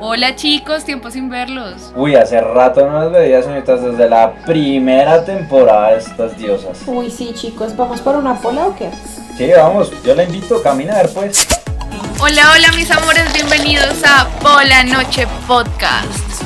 Hola chicos, tiempo sin verlos. Uy, hace rato no las veía, señoritas, desde la primera temporada de estas diosas. Uy, sí, chicos, ¿vamos por una pola o qué? Sí, vamos, yo la invito a caminar, pues. Hola, mis amores, bienvenidos a Pola Noche Podcast.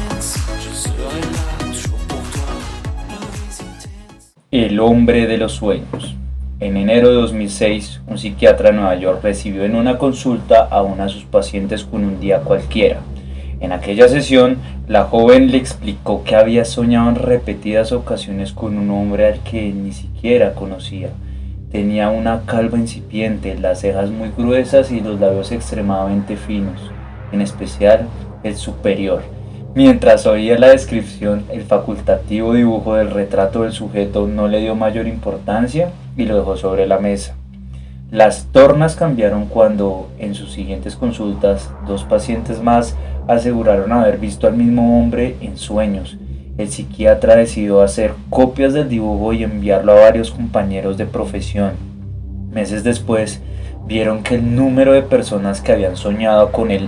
El hombre de los sueños. En enero de 2006, un psiquiatra de Nueva York recibió en una consulta a una de sus pacientes con un día cualquiera. En aquella sesión, la joven le explicó que había soñado en repetidas ocasiones con un hombre al que ni siquiera conocía. Tenía una calva incipiente, las cejas muy gruesas y los labios extremadamente finos, en especial el superior. Mientras oía la descripción, el facultativo dibujo del retrato del sujeto no le dio mayor importancia y lo dejó sobre la mesa. Las tornas cambiaron cuando, en sus siguientes consultas, dos pacientes más aseguraron haber visto al mismo hombre en sueños. El psiquiatra decidió hacer copias del dibujo y enviarlo a varios compañeros de profesión. Meses después, vieron que el número de personas que habían soñado con él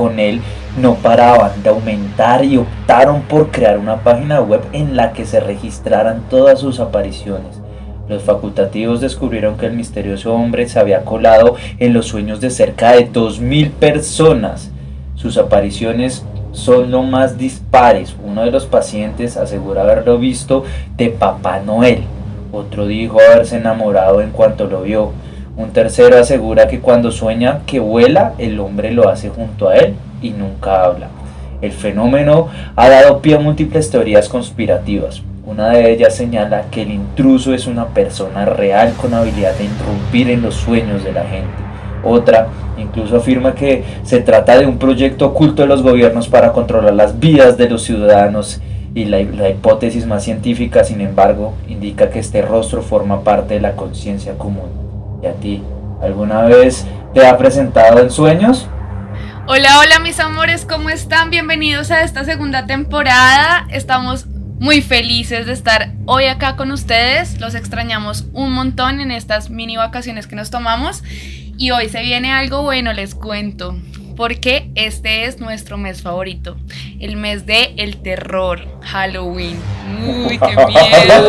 no paraban de aumentar y optaron por crear una página web en la que se registraran todas sus apariciones. Los facultativos descubrieron que el misterioso hombre se había colado en los sueños de cerca de 2.000 personas. Sus apariciones son lo más dispares. Uno de los pacientes asegura haberlo visto de Papá Noel. Otro dijo haberse enamorado en cuanto lo vio. Un tercero asegura que cuando sueña que vuela, el hombre lo hace junto a él y nunca habla. El fenómeno ha dado pie a múltiples teorías conspirativas. Una de ellas señala que el intruso es una persona real con habilidad de irrumpir en los sueños de la gente. Otra incluso afirma que se trata de un proyecto oculto de los gobiernos para controlar las vidas de los ciudadanos. Y la hipótesis más científica, sin embargo, indica que este rostro forma parte de la conciencia común. ¿Y a ti? ¿Alguna vez te ha presentado en sueños? Hola, mis amores, ¿cómo están? Bienvenidos a esta segunda temporada. Estamos muy felices de estar hoy acá con ustedes. Los extrañamos un montón en estas mini vacaciones que nos tomamos. Y hoy se viene algo bueno, les cuento. Porque este es nuestro mes favorito, el mes de el terror, Halloween. ¡Uy, qué miedo!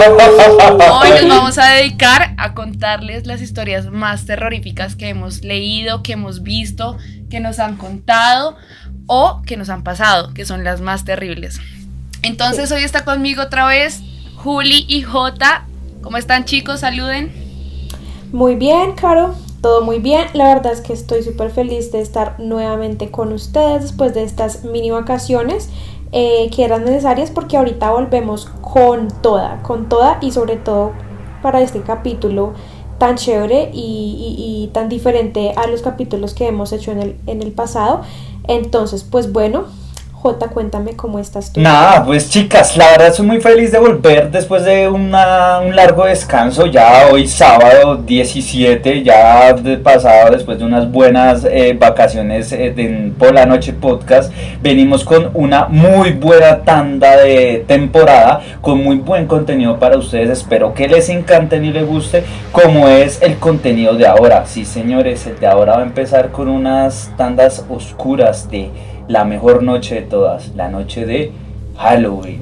Hoy nos vamos a dedicar a contarles las historias más terroríficas que hemos leído, que hemos visto, que nos han contado o que nos han pasado, que son las más terribles. Entonces hoy está conmigo otra vez Juli y Jota. ¿Cómo están, chicos? Saluden. Muy bien, Caro. Todo muy bien, la verdad es que estoy súper feliz de estar nuevamente con ustedes después de estas mini vacaciones que eran necesarias porque ahorita volvemos con toda y sobre todo para este capítulo tan chévere y tan diferente a los capítulos que hemos hecho en el pasado. Entonces, pues bueno, Jota, cuéntame cómo estás tú. Nada, pues chicas, la verdad soy muy feliz de volver después de un largo descanso. Ya hoy sábado 17, ya pasado después de unas buenas vacaciones en Pola Noche Podcast. Venimos con una muy buena tanda de temporada, con muy buen contenido para ustedes. Espero que les encante y les guste como es el contenido de ahora. Sí, señores, el de ahora va a empezar con unas tandas oscuras de la mejor noche de todas, la noche de Halloween.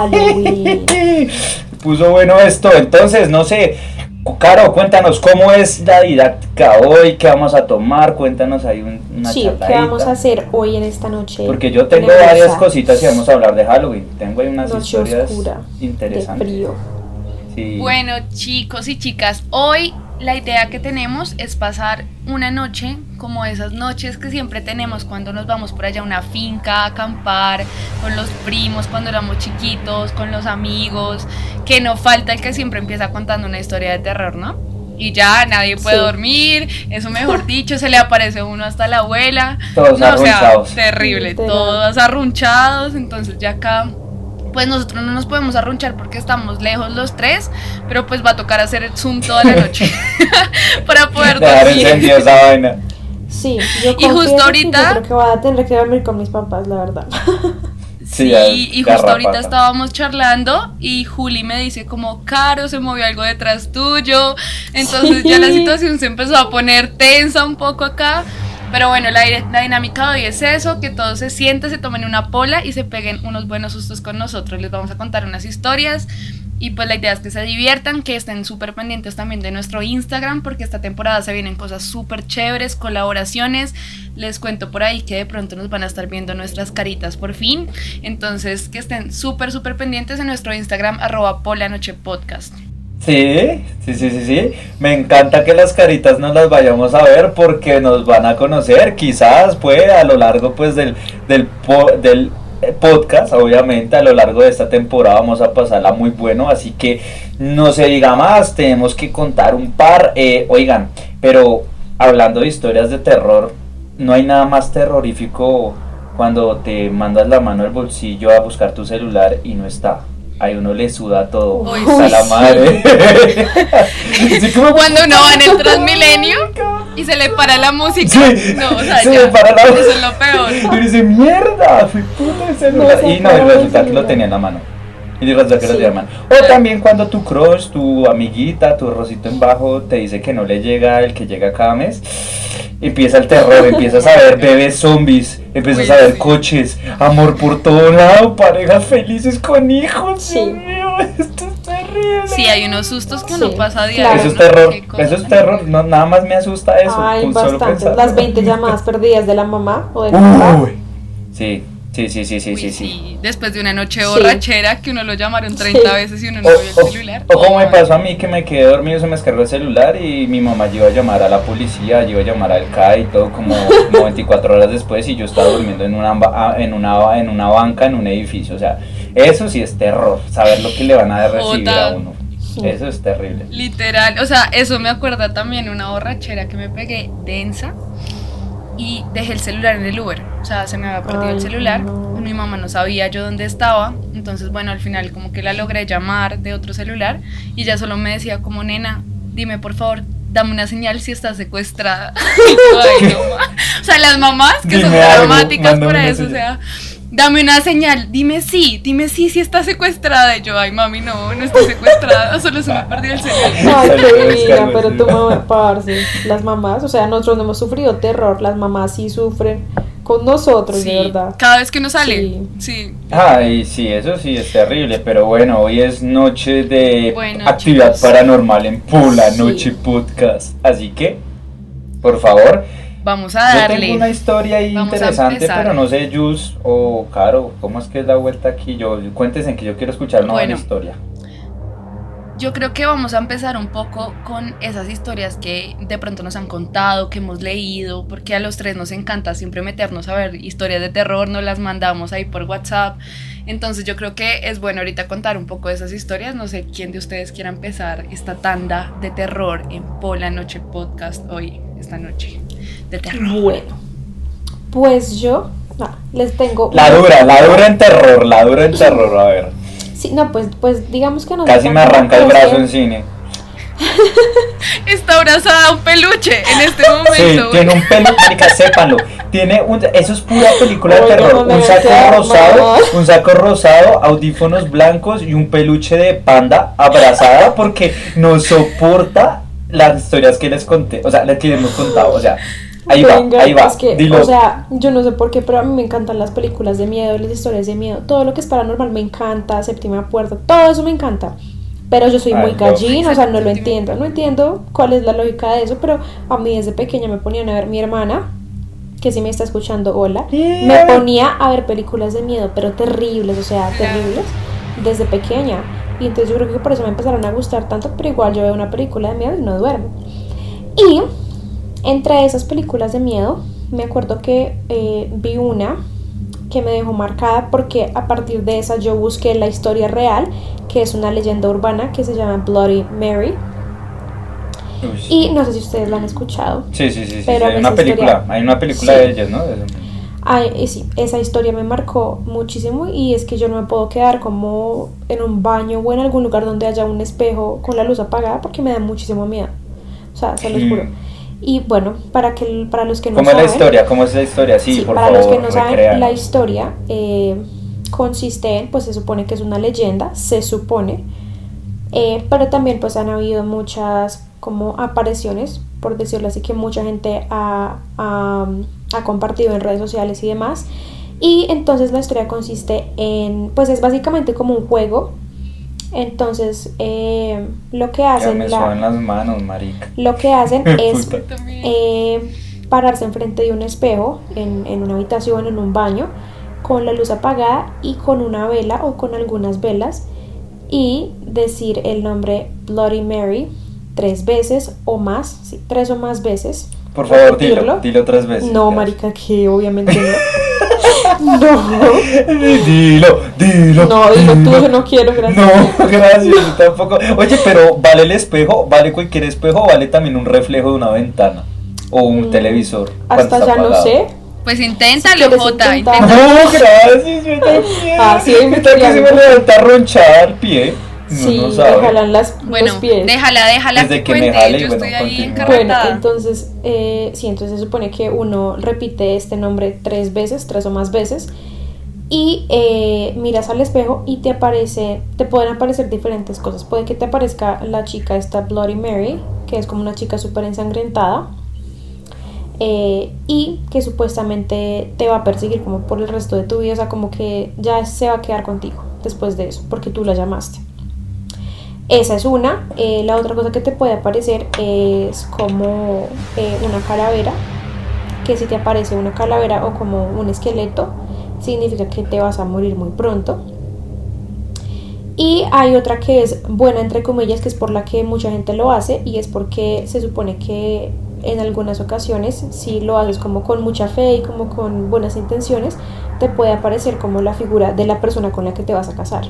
Puso bueno esto, entonces, no sé, Caro, cuéntanos cómo es la didáctica hoy, qué vamos a tomar, cuéntanos ahí una charladita. ¿Qué vamos a hacer hoy en esta noche? Porque yo tengo varias cositas y vamos a hablar de Halloween, tengo ahí unas noche historias oscura, interesantes. De frío. Sí. Bueno, chicos y chicas, hoy la idea que tenemos es pasar una noche como esas noches que siempre tenemos cuando nos vamos por allá a una finca a acampar con los primos cuando éramos chiquitos, con los amigos, que no falta el que siempre empieza contando una historia de terror, ¿no? Y ya nadie puede dormir, eso mejor dicho, se le aparece a uno hasta la abuela. Todos arrunchados. O sea, terrible, todos arrunchados, entonces ya acá pues nosotros no nos podemos arrunchar porque estamos lejos los tres, pero pues va a tocar hacer el Zoom toda la noche para poder dormir. Esa vaina. Sí, yo y justo ahorita yo creo que voy a tener que dormir con mis papás, la verdad. Sí, y justo ahorita estábamos charlando y Juli me dice como, Caro, se movió algo detrás tuyo, entonces ya la situación se empezó a poner tensa un poco acá, Pero bueno, la dinámica de hoy es eso, que todos se sienten, se tomen una pola y se peguen unos buenos sustos con nosotros. Les vamos a contar unas historias y pues la idea es que se diviertan, que estén súper pendientes también de nuestro Instagram, porque esta temporada se vienen cosas súper chéveres, colaboraciones. Les cuento por ahí que de pronto nos van a estar viendo nuestras caritas por fin. Entonces que estén súper pendientes en nuestro Instagram @polanochepodcast. Sí. Me encanta que las caritas nos las vayamos a ver porque nos van a conocer. Quizás pues a lo largo pues del podcast, obviamente a lo largo de esta temporada vamos a pasarla muy bueno, así que no se diga más, tenemos que contar un par. Oigan, pero hablando de historias de terror, no hay nada más terrorífico cuando te mandas la mano al bolsillo a buscar tu celular y no está. Ahí uno le suda todo. Uy, a la madre. Sí, como cuando uno va en el Transmilenio y se le para la música. Sí, no, o sea, se ya, le para la eso es lo peor. Y dice, mierda, fui puta el celular. No, Y resulta que lo tenía en la mano. Y resulta que lo tenía en la mano. O también cuando tu crush, tu amiguita, tu rosito en bajo te dice que no le llega el que llega cada mes. Empieza el terror, empiezas a ver bebés zombies, empiezas a ver coches, amor por todo lado, parejas felices con hijos. Sí. Dios mío, esto es terrible. Sí, hay unos sustos que uno Sí, pasa a claro. diario. Eso es ¿no? terror, Qué cosa eso es tan terror, horrible. no, nada más me asusta eso. Ay, con solo bastante. pensarlo. Las 20 llamadas perdidas de la mamá o del papá. Uy, sí. Uy, sí. Después de una noche Sí. borrachera que uno lo llamaron 30 Sí. veces y uno no vio el celular. O como me Ay. pasó a mí que me quedé dormido, se me descargó el celular y mi mamá iba a llamar a la policía, iba a llamar al CAI y todo como 24 horas después y yo estaba durmiendo en una banca en un edificio. O sea, eso sí es terror, saber lo que le van a recibir a uno. Eso es terrible. Literal, o sea, eso me acuerda también una borrachera que me pegué densa y dejé el celular en el Uber. O sea, se me había perdido el celular. No. Mi mamá no sabía yo dónde estaba. Entonces, bueno, al final como que la logré llamar de otro celular y ella solo me decía como, nena, dime por favor, dame una señal si estás secuestrada. Y yo, ay, no, o sea, las mamás que son Dime algo, dramáticas mándame por una eso, o señal. sea, dame una señal, dime sí si estás secuestrada. Y yo, ay mami, no estoy secuestrada, solo se me perdió el celular. Ay, Salió qué de vida, descargo, pero sí. tu mamá, parce, las mamás, o sea, nosotros no hemos sufrido terror, las mamás sí sufren con nosotros, Sí, de verdad. cada vez que uno sale, Sí. sí. Ay, sí, eso sí es terrible, pero bueno, hoy es noche de Bueno, actividad chicos. paranormal en Pola Sí. Noche Podcast. Así que, por favor, Vamos a yo darle. tengo una historia ahí Vamos a interesante, empezar. pero no sé, Jules o Caro, ¿cómo es que es la vuelta aquí? Cuéntense que yo quiero escuchar una buena Bueno. historia. Yo creo que vamos a empezar un poco con esas historias que de pronto nos han contado, que hemos leído, porque a los tres nos encanta siempre meternos a ver historias de terror, nos las mandamos ahí por WhatsApp. Entonces yo creo que es bueno ahorita contar un poco de esas historias. No sé quién de ustedes quiera empezar esta tanda de terror en Pola Noche Podcast hoy, esta noche de terror. Bueno, pues yo les tengo... La dura en terror, a ver. Sí, no, pues digamos que no. Casi me arranca el brazo en cine. Está abrazada a un peluche en este Sí, momento. tiene un pelo, marica, sépanlo. Eso es pura película de Oye, terror. no me Un queda mal. saco rosado, audífonos blancos y un peluche de panda abrazada porque no soporta las historias que les conté, o sea, las que les hemos contado, o sea, ahí Venga, va, es que, dilo. o sea, yo no sé por qué, pero a mí me encantan las películas de miedo, las historias de miedo, todo lo que es paranormal me encanta, Séptima Puerta, todo eso me encanta. Pero yo soy Ay, muy no. gallina, o sea, no lo entiendo, no entiendo cuál es la lógica de eso, pero a mí desde pequeña me ponían a ver mi hermana, que si me está escuchando, hola, me ponía a ver películas de miedo, pero terribles, o sea, terribles, desde pequeña. Y entonces yo creo que por eso me empezaron a gustar tanto, pero igual yo veo una película de miedo y no duermo. Y entre esas películas de miedo, me acuerdo que vi una que me dejó marcada porque a partir de esa yo busqué la historia real, que es una leyenda urbana que se llama Bloody Mary. Uy. Y no sé si ustedes la han escuchado. Sí, pero hay esa una película, historia- hay una película Sí. de ellas, ¿no? Ay, y sí, esa historia me marcó muchísimo y es que yo no me puedo quedar como en un baño o en algún lugar donde haya un espejo con la luz apagada porque me da muchísimo miedo. O sea, se los juro. Y bueno, para los que no ¿Cómo es la saben, historia? ¿Cómo es la historia? Sí, por para favor, los que no saben, recréanos. la historia consiste en, pues se supone que es una leyenda, se supone, pero también pues han habido muchas como apariciones, por decirlo así, que mucha gente ha compartido en redes sociales y demás. Y entonces la historia consiste en, pues es básicamente como un juego. Entonces lo que hacen, ya me suenan las manos, marica. Lo que hacen es pararse enfrente de un espejo en una habitación, en un baño, con la luz apagada y con una vela o con algunas velas, y decir el nombre Bloody Mary 3 veces o más, sí, 3 o más veces. Por favor, dilo 3 veces. No, marica, que obviamente no. Dilo. No, dilo tú, yo no quiero, gracias. No, gracias, yo tampoco. Oye, pero ¿vale el espejo? ¿Vale cualquier espejo? ¿Vale también un reflejo de una ventana? ¿O un televisor? Hasta ya apagado? No sé. Pues inténtalo, Si Jota, inténtalo. inténtalo. No, gracias, yo también. Ah, sí, me ¿Qué tal que se me levanta ronchada al pie? Sí, No sabe. déjala los Bueno, pies. déjala Desde que que me cuente, jale, yo bueno, estoy ahí continúa. encarretada. Bueno, entonces, sí, entonces se supone que uno repite este nombre 3 veces, 3 o más veces, y miras al espejo y te pueden aparecer diferentes cosas. Puede que te aparezca la chica esta Bloody Mary, que es como una chica súper ensangrentada, y que supuestamente te va a perseguir como por el resto de tu vida, o sea, como que ya se va a quedar contigo después de eso, porque tú la llamaste. Esa es una. La otra cosa que te puede aparecer es como una calavera, que si te aparece una calavera o como un esqueleto, significa que te vas a morir muy pronto. Y hay otra que es buena, entre comillas, que es por la que mucha gente lo hace, y es porque se supone que en algunas ocasiones, si lo haces como con mucha fe y como con buenas intenciones, te puede aparecer como la figura de la persona con la que te vas a casar.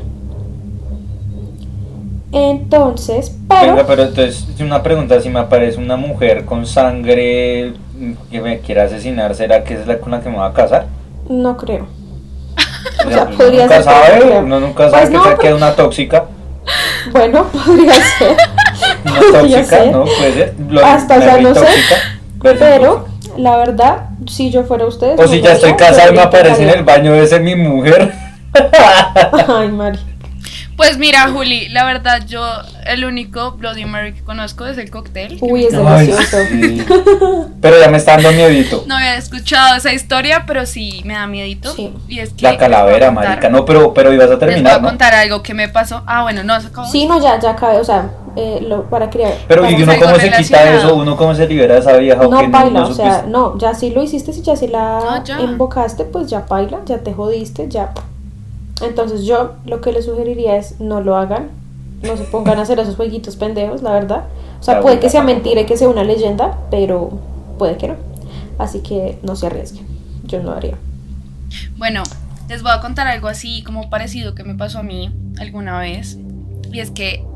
Entonces, Venga, pero entonces, una pregunta: si me aparece una mujer con sangre que me quiere asesinar, ¿será que es la con la que me voy a casar? No creo. O sea, Pues podría ser, uno nunca sabe, pues que no, sea que es una tóxica. Bueno, podría ser. Una Podría tóxica, ser. ¿no? Puede ser. Hasta ya no sé. Tóxica, puede ser Pero, tóxica. la verdad, si yo fuera ustedes... O si ya estoy casado y me aparece en el baño, debe ser mi mujer. Ay, Mari. Pues mira, Juli, la verdad yo el único Bloody Mary que conozco es el cóctel. Uy, es Ay, delicioso. sí. Pero ya me está dando miedito. No había escuchado esa historia, pero sí me da miedito. Sí. Y es que La calavera, les voy a contar- marica. No, pero ibas a Les voy terminar, a ¿no? contar algo que me pasó. Ah, bueno, no, se acabó. Sí, no, ya acabé, o sea, para criar. Pero para- ¿y uno algo cómo se quita relacionado. eso? ¿Uno cómo se libera de esa vieja? ¿O No, qué? paila, No o sea, supiste. no, ya sí lo hiciste, si ya sí la No, ya. invocaste, pues ya paila, ya te jodiste, ya. Entonces yo lo que les sugeriría es no lo hagan, no se pongan a hacer esos jueguitos pendejos, la verdad. O sea, La puede buena que sea tampoco. mentira y que sea una leyenda, pero puede que no. Así que no se arriesguen, yo no lo haría. Bueno, les voy a contar algo así como parecido que me pasó a mí alguna vez. Y es que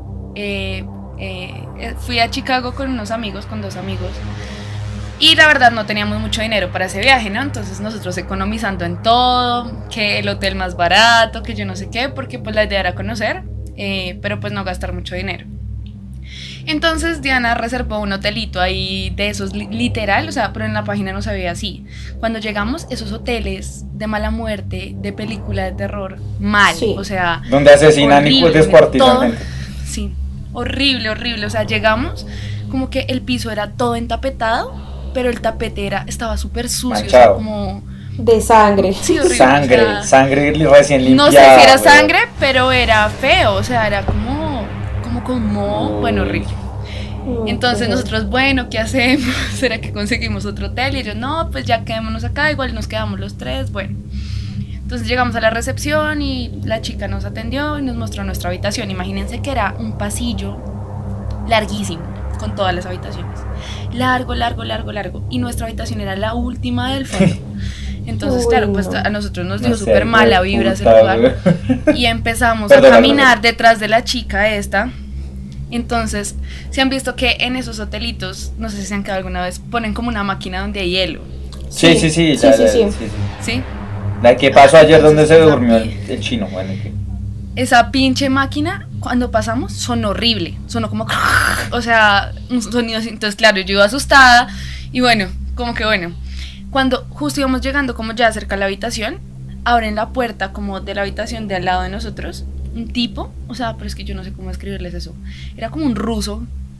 fui a Chicago con unos amigos, con 2 amigos. Y la verdad no teníamos mucho dinero para ese viaje, ¿no? Entonces nosotros economizando en todo, que el hotel más barato, que yo no sé qué, porque pues la idea era conocer, pero pues no gastar mucho dinero. Entonces Diana reservó un hotelito ahí de esos literal, o sea, pero en la página no se veía así. Cuando llegamos, esos hoteles de mala muerte, de película de terror, mal, Sí. o sea... Donde asesinan y horrible, descuartizan todo- gente. Sí, horrible, horrible. O sea, llegamos como que el piso era todo entapetado, pero el tapete estaba súper sucio, o sea, Manchado. como... De sangre. Sí, horrible. Sangre, o sea, sangre recién limpiada. no sé si era güey. sangre, pero era feo, o sea, era como con moho, Uy. bueno, horrible. Entonces nosotros, bueno, ¿qué hacemos? ¿Será que conseguimos otro hotel? Y ellos, no, pues ya quedémonos acá, igual nos quedamos los 3, bueno. Entonces llegamos a la recepción y la chica nos atendió y nos mostró nuestra habitación. Imagínense que era un pasillo larguísimo, con todas las habitaciones. Largo. Y nuestra habitación era la última del fondo. Entonces, Uy, claro, pues no. a nosotros nos dio No sé, súper mala güey, vibra ese puta, lugar. güey. Y empezamos Perdona, a caminar perdona. detrás de la chica esta. Entonces, si han visto que en esos hotelitos, no sé si se han quedado alguna vez, ponen como una máquina donde hay hielo, Sí. Sí. ¿sí? La que pasó ayer donde se Entonces, durmió esa el chino, bueno, ¿y qué? Esa pinche máquina, cuando pasamos, sonó horrible. Sonó como... O sea, un sonido así. Entonces, claro, yo iba asustada. Y bueno, como que bueno. Cuando justo íbamos llegando como ya cerca de la habitación, abren la puerta como de la habitación de al lado de nosotros. Un tipo, o sea, pero es que yo no sé cómo escribirles eso. Era como un ruso.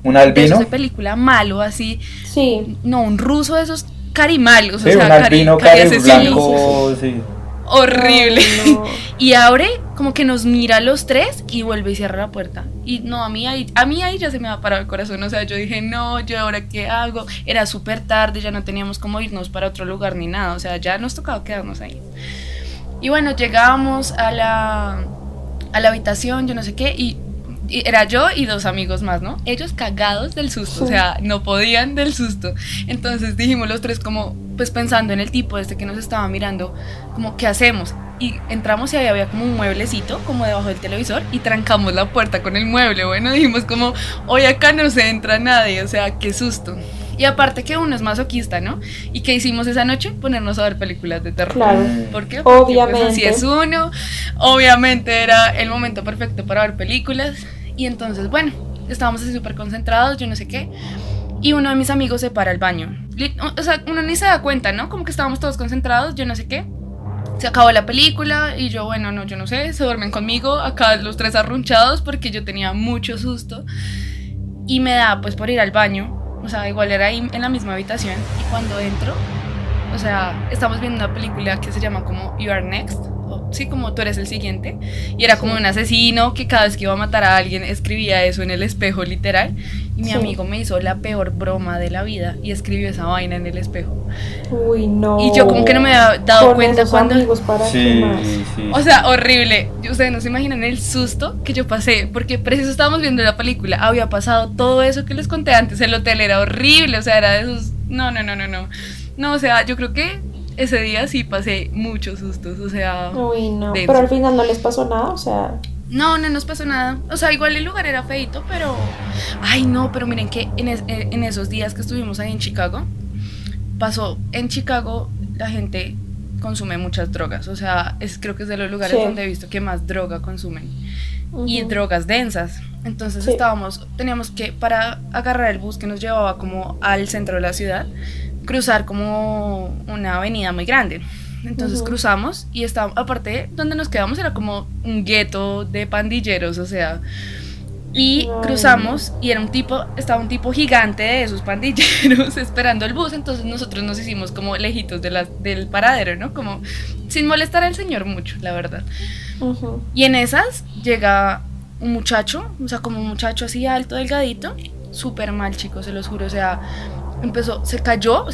¿Un de albino? esos de película malo, así. Sí. No, un ruso de esos carimalos, Sí, o sea, un albino cari cari asesino. blanco, sí. Horrible. Ay, no. Y abre, como que nos mira a los tres y vuelve y cierra la puerta. Y no, a mí ahí ya se me va a parar el corazón. O sea, yo dije, no, ¿yo ahora qué hago? Era súper tarde, ya no teníamos cómo irnos para otro lugar ni nada. O sea, ya nos tocaba quedarnos ahí. Y bueno, llegábamos a la habitación, yo no sé qué, y era yo y 2 amigos más, ¿no? Ellos cagados del susto, o sea, no podían del susto. Entonces dijimos los tres como, pues pensando en el tipo este que nos estaba mirando, como, ¿qué hacemos? Y entramos y ahí había como un mueblecito, como debajo del televisor, y trancamos la puerta con el mueble. Bueno, dijimos como, hoy acá no se entra nadie, o sea, qué susto. Y aparte que uno es masoquista, ¿no? ¿Y qué hicimos esa noche? Ponernos a ver películas de terror. Claro. ¿Por qué? Porque Obviamente. pues así es uno. Obviamente era el momento perfecto para ver películas. Y entonces, bueno, estábamos así súper concentrados, yo no sé qué. Y uno de mis amigos se para al baño. O sea, uno ni se da cuenta, ¿no? Como que estábamos todos concentrados, yo no sé qué. Se acabó la película y yo, bueno, no, yo no sé, se duermen conmigo, acá los tres arrunchados porque yo tenía mucho susto. Y me da pues por ir al baño. O sea, igual era ahí en la misma habitación. Y cuando entro, o sea, estamos viendo una película que se llama como You Are Next. Sí, como Tú eres el siguiente. Y era como un asesino que cada vez que iba a matar a alguien escribía eso en el espejo, literal. Y mi amigo me hizo la peor broma de la vida y escribió esa vaina en el espejo. Uy, no. Y yo como que no me había dado Con cuenta esos cuando... amigos, ¿para qué más? Sí. O sea, horrible. Ustedes no se imaginan el susto que yo pasé, porque preciso estábamos viendo la película, había pasado todo eso que les conté antes, el hotel era horrible, o sea, era de esos... No. No, o sea, yo creo que ese día sí pasé muchos sustos, o sea... Uy, no. denso. Pero al final no les pasó nada, o sea... No nos pasó nada. O sea, igual el lugar era feito, pero... Ay, no, pero miren que en esos días que estuvimos ahí en Chicago, pasó, en Chicago la gente consume muchas drogas. O sea, creo que es de los lugares Sí. donde he visto que más droga consumen. Y Ujú. drogas densas. Entonces Sí. teníamos que, para agarrar el bus que nos llevaba como al centro de la ciudad, cruzar como una avenida muy grande. Entonces Ujú. cruzamos y aparte donde nos quedamos era como un gueto de pandilleros, o sea, y Ay, cruzamos y estaba un tipo gigante de esos pandilleros esperando el bus. Entonces nosotros nos hicimos como lejitos del paradero, ¿no? Como sin molestar al señor mucho, la verdad. Ujú. Y en esas llega un muchacho, o sea, como un muchacho así alto, delgadito, súper mal, chicos, se los juro, o sea, se cayó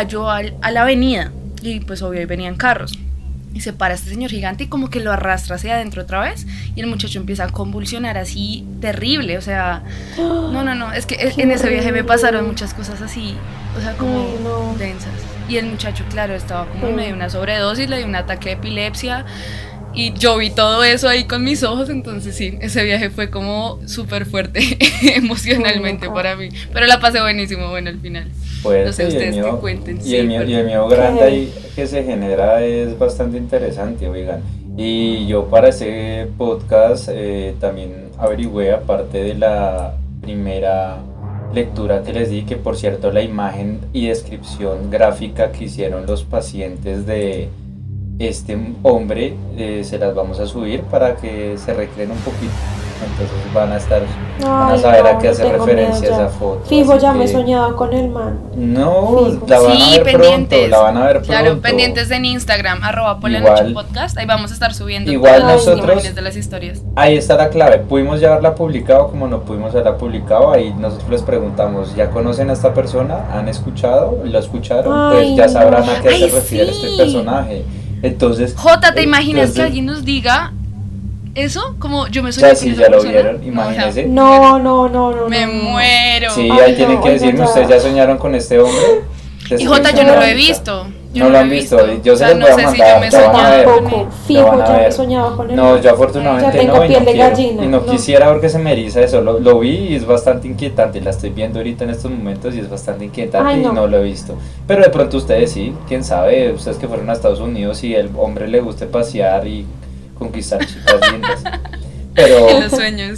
a la avenida y pues obvio ahí venían carros. Y se para este señor gigante y como que lo arrastra hacia adentro otra vez y el muchacho empieza a convulsionar así terrible, o sea, no, es que en ese viaje me pasaron muchas cosas así, o sea, como Ay, no. densas. Y el muchacho, claro, estaba como en medio de una sobredosis, le dio un ataque de epilepsia. Y yo vi todo eso ahí con mis ojos, entonces sí, ese viaje fue como súper fuerte emocionalmente para mí. Pero la pasé buenísimo, bueno, al final. Fuerte, No sé, y el ustedes mío- qué cuenten. Y Sí, el mío grande ahí que se genera es bastante interesante, oigan. Y yo para ese podcast también averigüé, aparte de la primera lectura que les di, que por cierto la imagen y descripción gráfica que hicieron los pacientes de este hombre se las vamos a subir para que se recreen un poquito. Entonces van a Ay, saber no, a qué hace tengo referencia miedo ya. esa foto. Fijo, así ya me que- soñaba con el man. No, Fijo. la van a sí, ver pendientes. pronto, la van a ver Claro, pronto. pendientes en Instagram, Igual- @podcast. Ahí vamos a estar subiendo igual todas las nosotros- imágenes de las historias. Ahí está la clave, pudimos ya haberla publicado como no pudimos haberla publicado, ahí nosotros les preguntamos, ¿ya conocen a esta persona? ¿Han escuchado? ¿Lo escucharon? Ay, Pues ya sabrán no. a qué Ay, se refiere sí. este personaje. Entonces, Jota, ¿te imaginas entonces- que alguien nos diga eso? Como yo me O soñé sea, con si esa ya lo persona. vieron, No, o sea, imagínense. No. me muero. Sí, Ay, ahí no, tienen que oiga, decirme, ya. ¿ustedes ya soñaron con este hombre? Y Jota, yo no lo he Ahorita. visto. Yo No lo han visto, yo O se sea, los no voy a sé si mandar, yo me lo van a ver. soñaba con Tampoco. él. Lo Fijo, van a ya me ver. soñaba con el No, man. yo afortunadamente Ya tengo no, y piel no de quiero, gallina, y no no. quisiera porque se me eriza eso, lo vi y es bastante inquietante, la estoy viendo ahorita en estos momentos y es bastante inquietante. Ay, no. Y no lo he visto, pero de pronto ustedes sí, quién sabe, ustedes que fueron a Estados Unidos y el hombre le guste pasear y conquistar chicas lindas, pero En los sueños.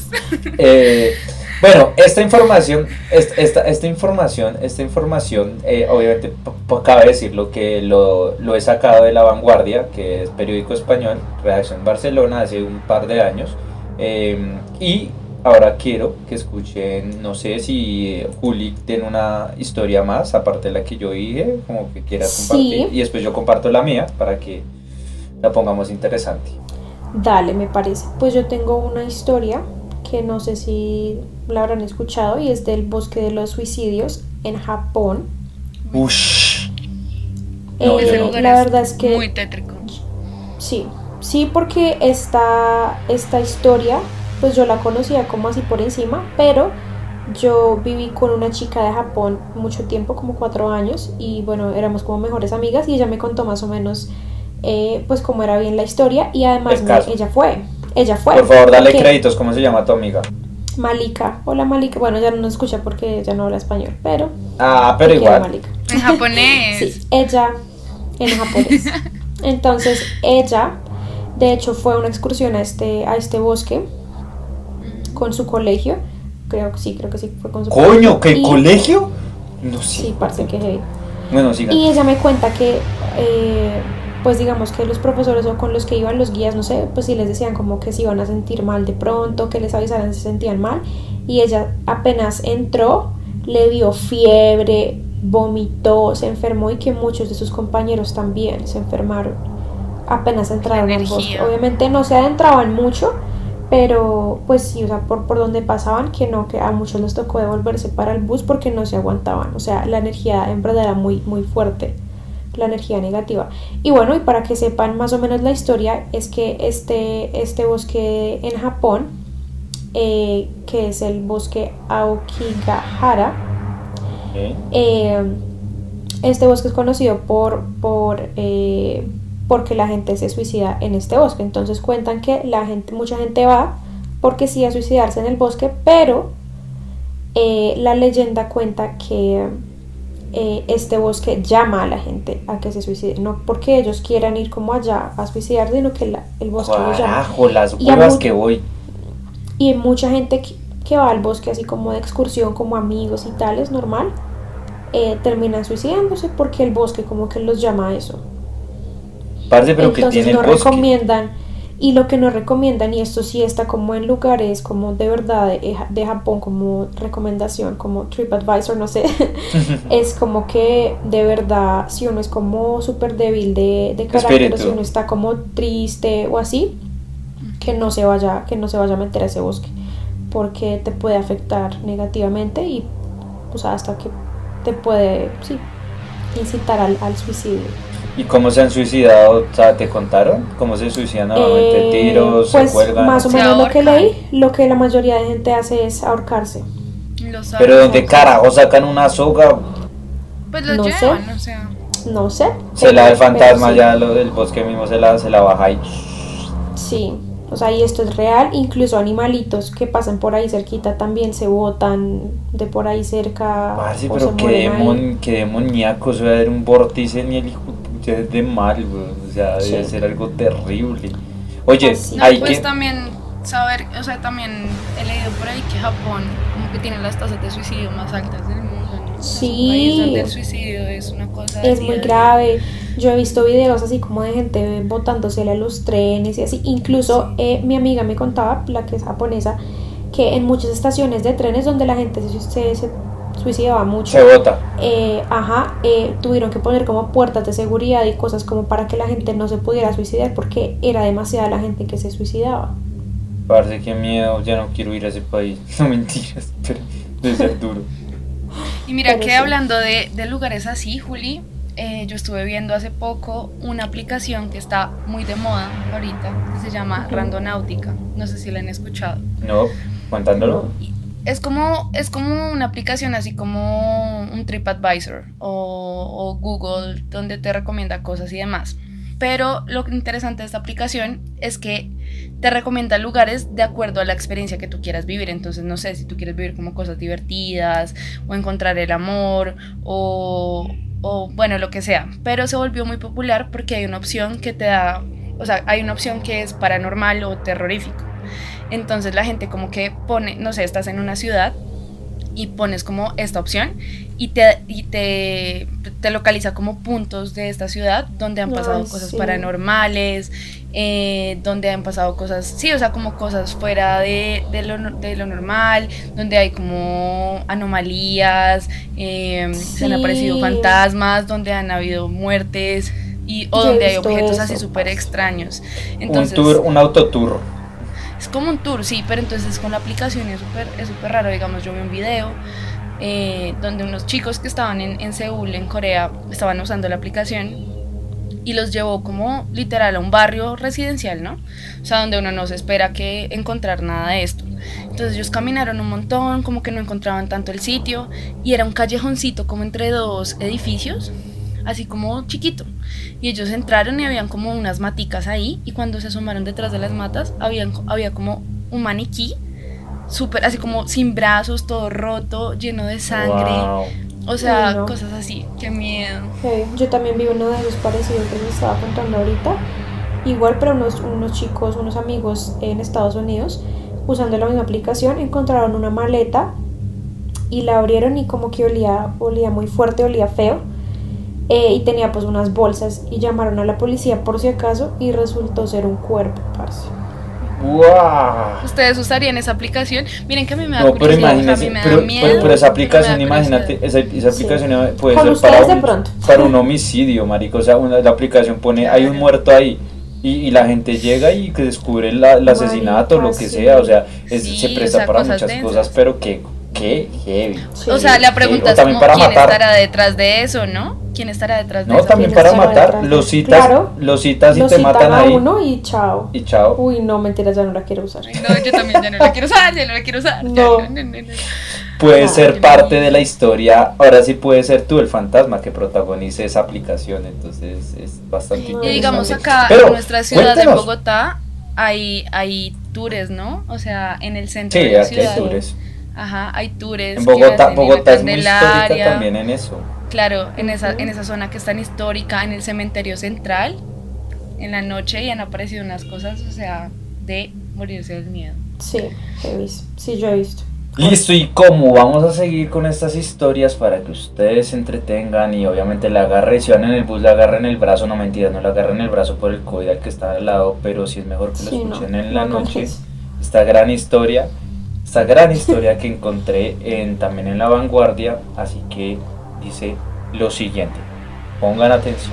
bueno, esta información, obviamente cabe decirlo que lo he sacado de La Vanguardia, que es periódico español, redacción Barcelona, hace un par de años, y ahora quiero que escuchen, no sé si Juli tiene una historia más, aparte de la que yo dije, como que quieras compartir, y después yo comparto la mía para que la pongamos interesante. Dale, me parece. Pues yo tengo una historia que no sé si la habrán escuchado y es del bosque de los suicidios en Japón. Ush. No, ese lugar la verdad es que muy tétrico. Sí, porque esta historia pues yo la conocía como así por encima, pero yo viví con una chica de Japón mucho tiempo, como 4 años, y bueno, éramos como mejores amigas y ella me contó más o menos pues cómo era bien la historia, y además ella fue. Por favor, dale créditos, ¿cómo se llama tu amiga? Malika. Hola Malika. Bueno, ya no nos escucha porque ella no habla español, pero... pero igual. Malika. En japonés. Sí, ella en japonés. Entonces, ella, de hecho, fue a una excursión a este bosque con su colegio. Creo que sí fue con su colegio. ¡Coño! ¿Qué colegio? No sé. Sí, parece que heavy. Bueno, sigan. Y ella me cuenta que... pues digamos que los profesores o con los que iban los guías, no sé, pues sí les decían como que se iban a sentir mal de pronto, que les avisaran si se sentían mal, y ella apenas entró, le dio fiebre, vomitó, se enfermó, y que muchos de sus compañeros también se enfermaron apenas entraron al bosque. Obviamente no se adentraban mucho, pero pues sí, o sea, por donde pasaban, que a muchos les tocó devolverse para el bus porque no se aguantaban, o sea, la energía en verdad era muy, muy fuerte, la energía negativa. Y bueno, y para que sepan más o menos la historia, es que este bosque en Japón, que es el bosque Aokigahara, este bosque es conocido porque la gente se suicida en este bosque. Entonces cuentan que mucha gente va porque sí a suicidarse en el bosque, pero la leyenda cuenta que este bosque llama a la gente a que se suicide, no porque ellos quieran ir como allá a suicidarse, sino que el bosque los llama. Las huevas que voy. Y hay mucha gente que va al bosque así como de excursión, como amigos y tales, normal, terminan suicidándose porque el bosque como que los llama a eso. Parce, pero que tiene el bosque. Recomiendan, y lo que no recomiendan, y esto sí está como en lugares como de verdad de Japón, como recomendación, como TripAdvisor, no sé, es como que de verdad, si uno es como súper débil de carácter, o si uno está como triste o así, que no se vaya a meter a ese bosque, porque te puede afectar negativamente y pues hasta que te puede incitar al suicidio. ¿Y cómo se han suicidado? O sea, ¿te contaron? ¿Cómo se suicidan normalmente? ¿Tiros? Pues, ¿Se cuelgan? Más o menos lo que leí, lo que la mayoría de gente hace es ahorcarse. ¿Pero dónde carajo sacan una soga? Pues lo llevan, o sea. No sé. Se la del fantasma sí. Ya, lo del bosque mismo se la baja y... Sí, o sea, y esto es real. Incluso animalitos que pasan por ahí cerquita también se botan de por ahí cerca. Parce, pero qué demoníaco, o sea, era un vórtice ni el hijo es de mal, güey. O sea, debe ser algo terrible. Oye, hay pues que... también saber, o sea, también he leído por ahí que Japón como que tiene las tasas de suicidio más altas del mundo, ¿no? Sí. Es un país donde el suicidio es una cosa... Es muy grave. Yo he visto videos así como de gente botándosele a los trenes y así. Incluso mi amiga me contaba, la que es japonesa, que en muchas estaciones de trenes donde la gente se suicidaba mucho, se bota. Tuvieron que poner como puertas de seguridad y cosas como para que la gente no se pudiera suicidar porque era demasiada la gente que se suicidaba. Parce, qué miedo, ya no quiero ir a ese país. No, mentiras, pero debe ser duro. Y mira pero que sí. Hablando de lugares así, Juli, yo estuve viendo hace poco una aplicación que está muy de moda ahorita, que se llama Randonáutica. No sé si la han escuchado. No, contándolo. Es como una aplicación así como un TripAdvisor o Google, donde te recomienda cosas y demás. Pero lo interesante de esta aplicación es que te recomienda lugares de acuerdo a la experiencia que tú quieras vivir. Entonces, no sé, si tú quieres vivir como cosas divertidas o encontrar el amor o bueno, lo que sea. Pero se volvió muy popular porque hay una opción que te da, o sea, hay una opción que es paranormal o terrorífico. Entonces la gente como que pone, no sé, estás en una ciudad y pones como esta opción y te localiza como puntos de esta ciudad donde han pasado cosas paranormales, donde han pasado cosas, sí, o sea, como cosas fuera de lo normal, donde hay como anomalías, se han aparecido fantasmas, donde han habido muertes o donde hay objetos así súper extraños. Entonces, un autotour. Es como un tour, sí, pero entonces con la aplicación es súper raro. Digamos, yo vi un video donde unos chicos que estaban en Seúl, en Corea, estaban usando la aplicación y los llevó como literal a un barrio residencial, ¿no? O sea, donde uno no se espera que encontrar nada de esto. Entonces ellos caminaron un montón, como que no encontraban tanto el sitio y era un callejoncito como entre dos edificios, así como chiquito. Y ellos entraron y habían como unas maticas ahí, y cuando se asomaron detrás de las matas había como un maniquí súper así como sin brazos, todo roto, lleno de sangre. Wow. O sea, cosas así, qué miedo. Yo también vi uno de esos parecidos que les estaba contando ahorita, igual, pero unos chicos, unos amigos en Estados Unidos, usando la misma aplicación, encontraron una maleta y la abrieron y como que olía muy fuerte, olía feo. Y tenía pues unas bolsas y llamaron a la policía por si acaso y resultó ser un cuerpo, parce. ¡Wow! ¿Ustedes usarían esa aplicación? Miren que a mí me da No, pero curiosidad, imagínense, a mí me da miedo, pero esa aplicación, me da imagínate, esa aplicación puede Con ser ustedes de pronto. para un homicidio, marico. O sea, la aplicación pone, hay un muerto ahí. Y la gente llega y que descubre el asesinato, lo que sea. O sea, se presta para muchas cosas, pero qué heavy. Sí. O sea, la pregunta es como, para ¿quién matar. estará detrás de eso, no? ¿Quién estará detrás de No, eso? también para estará matar, detrás? los citas y te matan a ahí. uno y chao. Y chao. Uy, no, mentiras, ya no la quiero usar. Ay, no, yo también ya no la quiero usar, No. No. Puede ser parte de la historia. Ahora sí puede ser tú el fantasma que protagonice esa aplicación. Entonces es bastante No. Y interesante. digamos acá Pero, en nuestra ciudad de cuéntenos. Bogotá hay tours, ¿no? O sea, en el centro Sí, de la aquí hay ciudad. tours. Ajá, hay tours. En que Bogotá hacen en la es muy histórica Candelaria. también en eso. Claro, en esa zona que es tan histórica, en el cementerio central, en la noche, y han aparecido unas cosas, o sea, de morirse del miedo. Sí, yo he visto. Listo, y como vamos a seguir con estas historias para que ustedes se entretengan y obviamente la agarren, si van en el bus la agarren el brazo, no mentira, no la agarren el brazo por el COVID al que está al lado, pero sí es mejor que lo escuchen en la noche. Esta gran historia que encontré también en La Vanguardia, así que dice lo siguiente, pongan atención.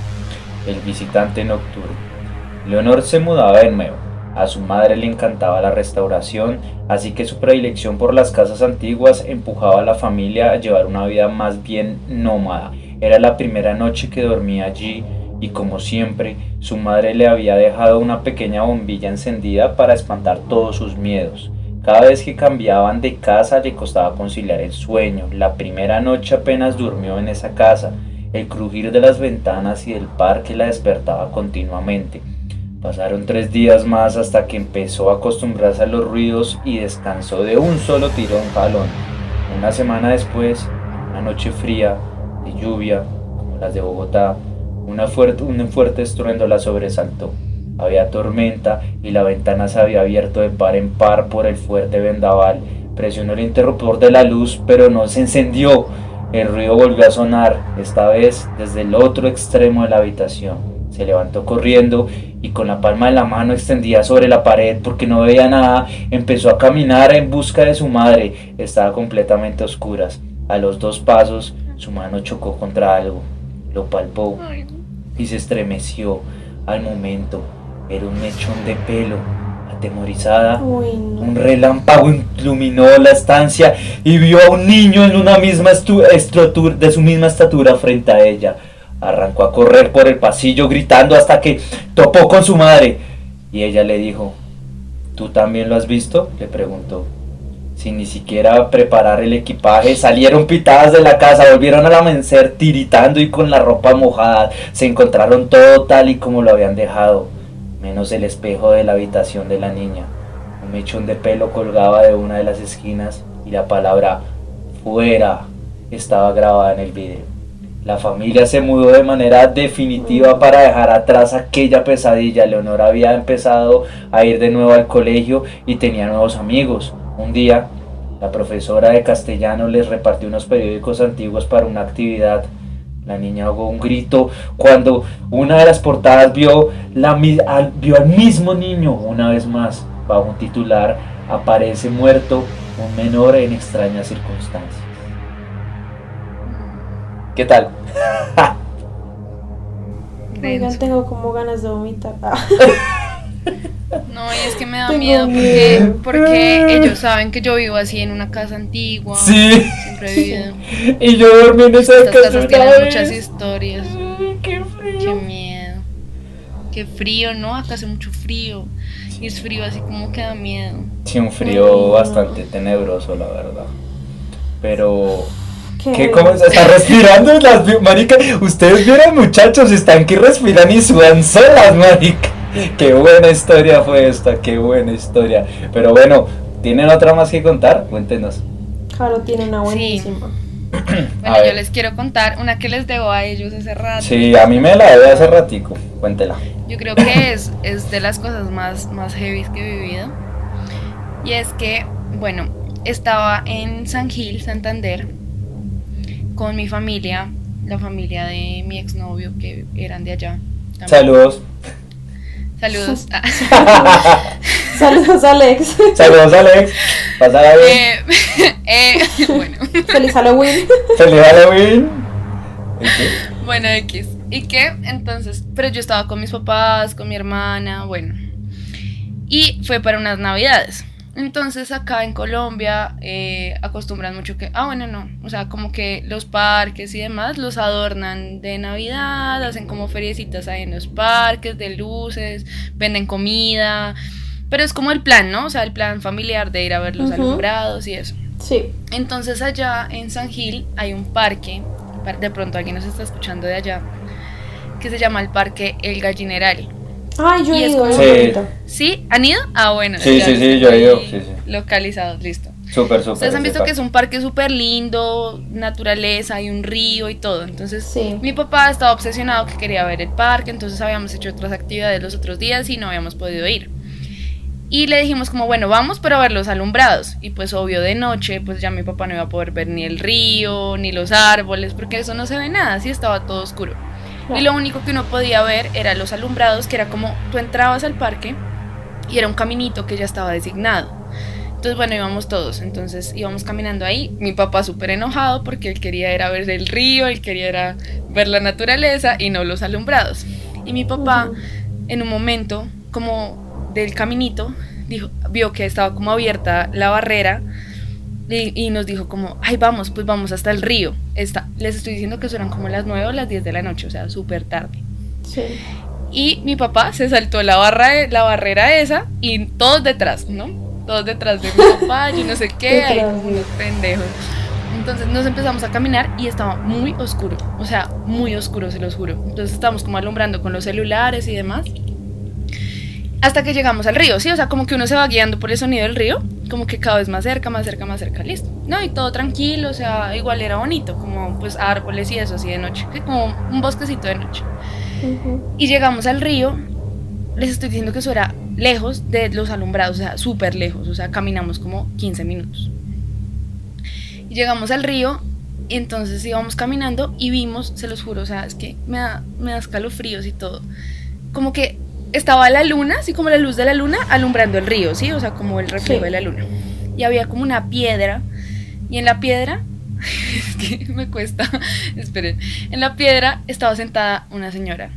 El visitante nocturno. Leonor se mudaba de nuevo. A su madre le encantaba la restauración, así que su predilección por las casas antiguas empujaba a la familia a llevar una vida más bien nómada. Era la primera noche que dormía allí y, como siempre, su madre le había dejado una pequeña bombilla encendida para espantar todos sus miedos. Cada vez que cambiaban de casa le costaba conciliar el sueño. La primera noche apenas durmió en esa casa. El crujir de las ventanas y del parque la despertaba continuamente. Pasaron 3 días más hasta que empezó a acostumbrarse a los ruidos y descansó de un solo tirón jalón. Una semana después, una noche fría, de lluvia, como las de Bogotá, un fuerte estruendo la sobresaltó. Había tormenta y la ventana se había abierto de par en par por el fuerte vendaval. Presionó el interruptor de la luz, pero no se encendió. El ruido volvió a sonar, esta vez desde el otro extremo de la habitación. Se levantó corriendo y con la palma de la mano extendida sobre la pared porque no veía nada, empezó a caminar en busca de su madre. Estaba completamente a oscuras. A los 2 pasos, su mano chocó contra algo. Lo palpó y se estremeció. Al momento, era un mechón de pelo. Atemorizada, un relámpago iluminó la estancia y vio a un niño en una misma de su misma estatura frente a ella. Arrancó a correr por el pasillo gritando hasta que topó con su madre. Y ella le dijo: ¿Tú también lo has visto?, le preguntó. Sin ni siquiera preparar el equipaje, salieron pitadas de la casa, volvieron al amanecer tiritando y con la ropa mojada. Se encontraron todo tal y como lo habían dejado, menos el espejo de la habitación de la niña. Un mechón de pelo colgaba de una de las esquinas y la palabra "fuera" estaba grabada en el vidrio. La familia se mudó de manera definitiva para dejar atrás aquella pesadilla. Leonor había empezado a ir de nuevo al colegio y tenía nuevos amigos. Un día, La profesora de castellano les repartió unos periódicos antiguos para una actividad. La niña ahogó un grito cuando una de las portadas vio al mismo niño una vez más. Bajo un titular: aparece muerto un menor en extrañas circunstancias. ¿Qué tal? Oigan, tengo como ganas de vomitar. No, y es que me da miedo porque ellos saben que yo vivo así en una casa antigua. Sí. Siempre he vivido. Y yo dormí en esa Estas casa. casas tienen muchas historias. Ay, qué frío. Qué miedo. Qué frío, ¿no? Acá hace mucho frío. Y es frío así como que da miedo. Sí, un frío bastante tenebroso, la verdad. Pero... ¿Qué? ¿Cómo se está respirando? Marica, ustedes vieron, muchachos, están que respiran y sudan solas, marica. Qué buena historia fue esta, qué buena historia. Pero bueno, ¿tienen otra más que contar? Cuéntenos. Caro tiene una buenísima. Bueno, yo les quiero contar una que les debo a ellos hace rato. Sí, a mí me la debe hace ratico, cuéntela. Yo creo que es de las cosas más heavy que he vivido. Y es que, bueno, estaba en San Gil, Santander, con mi familia, la familia de mi exnovio, que eran de allá también. Saludos. Saludos. Saludos, Alex. Saludos, Alex. Pásala bien. Bueno. Feliz Halloween. Feliz Halloween. Bueno, X. ¿Y qué? Entonces, pero yo estaba con mis papás, con mi hermana, bueno. Y fue para unas navidades. Entonces acá en Colombia acostumbran mucho que, o sea, como que los parques y demás los adornan de Navidad, hacen como feriecitas ahí en los parques, de luces, venden comida, pero es como el plan, ¿no? O sea, el plan familiar de ir a ver los alumbrados y eso. Sí. Entonces allá en San Gil hay un parque, de pronto alguien nos está escuchando de allá, que se llama el Parque El Gallineral. Ay, yo he ido, sí. ¿Sí? ¿Han ido? Ah, bueno. Sí, yo he ido. Sí. Localizados, listo. Súper. Ustedes han visto que es un parque súper lindo, naturaleza, hay un río y todo. Entonces, sí. Mi papá estaba obsesionado que quería ver el parque, entonces habíamos hecho otras actividades los otros días y no habíamos podido ir. Y le dijimos como, bueno, vamos pero a ver los alumbrados. Y pues obvio de noche, pues ya mi papá no iba a poder ver ni el río, ni los árboles, porque eso no se ve nada, así estaba todo oscuro. Y lo único que uno podía ver era los alumbrados, que era como tú entrabas al parque y era un caminito que ya estaba designado. Entonces, bueno, íbamos todos, entonces íbamos caminando ahí. Mi papá súper enojado porque él quería ir a ver el río, él quería ir a ver la naturaleza y no los alumbrados. Y mi papá, en un momento, como del caminito, vio que estaba como abierta la barrera. Y nos dijo como, ay, vamos hasta el río. Les estoy diciendo que eran como las 9 o las 10 de la noche, o sea, súper tarde. Sí. Y mi papá se saltó la barrera esa y todos detrás, ¿no? Todos detrás de mi papá, yo no sé qué, hay unos pendejos. Entonces nos empezamos a caminar y estaba muy oscuro, o sea, muy oscuro, se los juro. Entonces estábamos como alumbrando con los celulares y demás. Hasta que llegamos al río, ¿sí? O sea, como que uno se va guiando por el sonido del río, como que cada vez más cerca, listo. No, y todo tranquilo, o sea, igual era bonito, como pues árboles y eso así de noche, como un bosquecito de noche. Y llegamos al río, les estoy diciendo que eso era lejos de los alumbrados, o sea, súper lejos, o sea, caminamos como 15 minutos. Y llegamos al río, y entonces íbamos caminando y vimos, se los juro, o sea, es que me da escalofríos y todo, como que estaba la luna, así como la luz de la luna, alumbrando el río, ¿sí? O sea, como el reflejo de la luna. Y había como una piedra, y en la piedra, es que me cuesta, esperen, en la piedra estaba sentada una señora,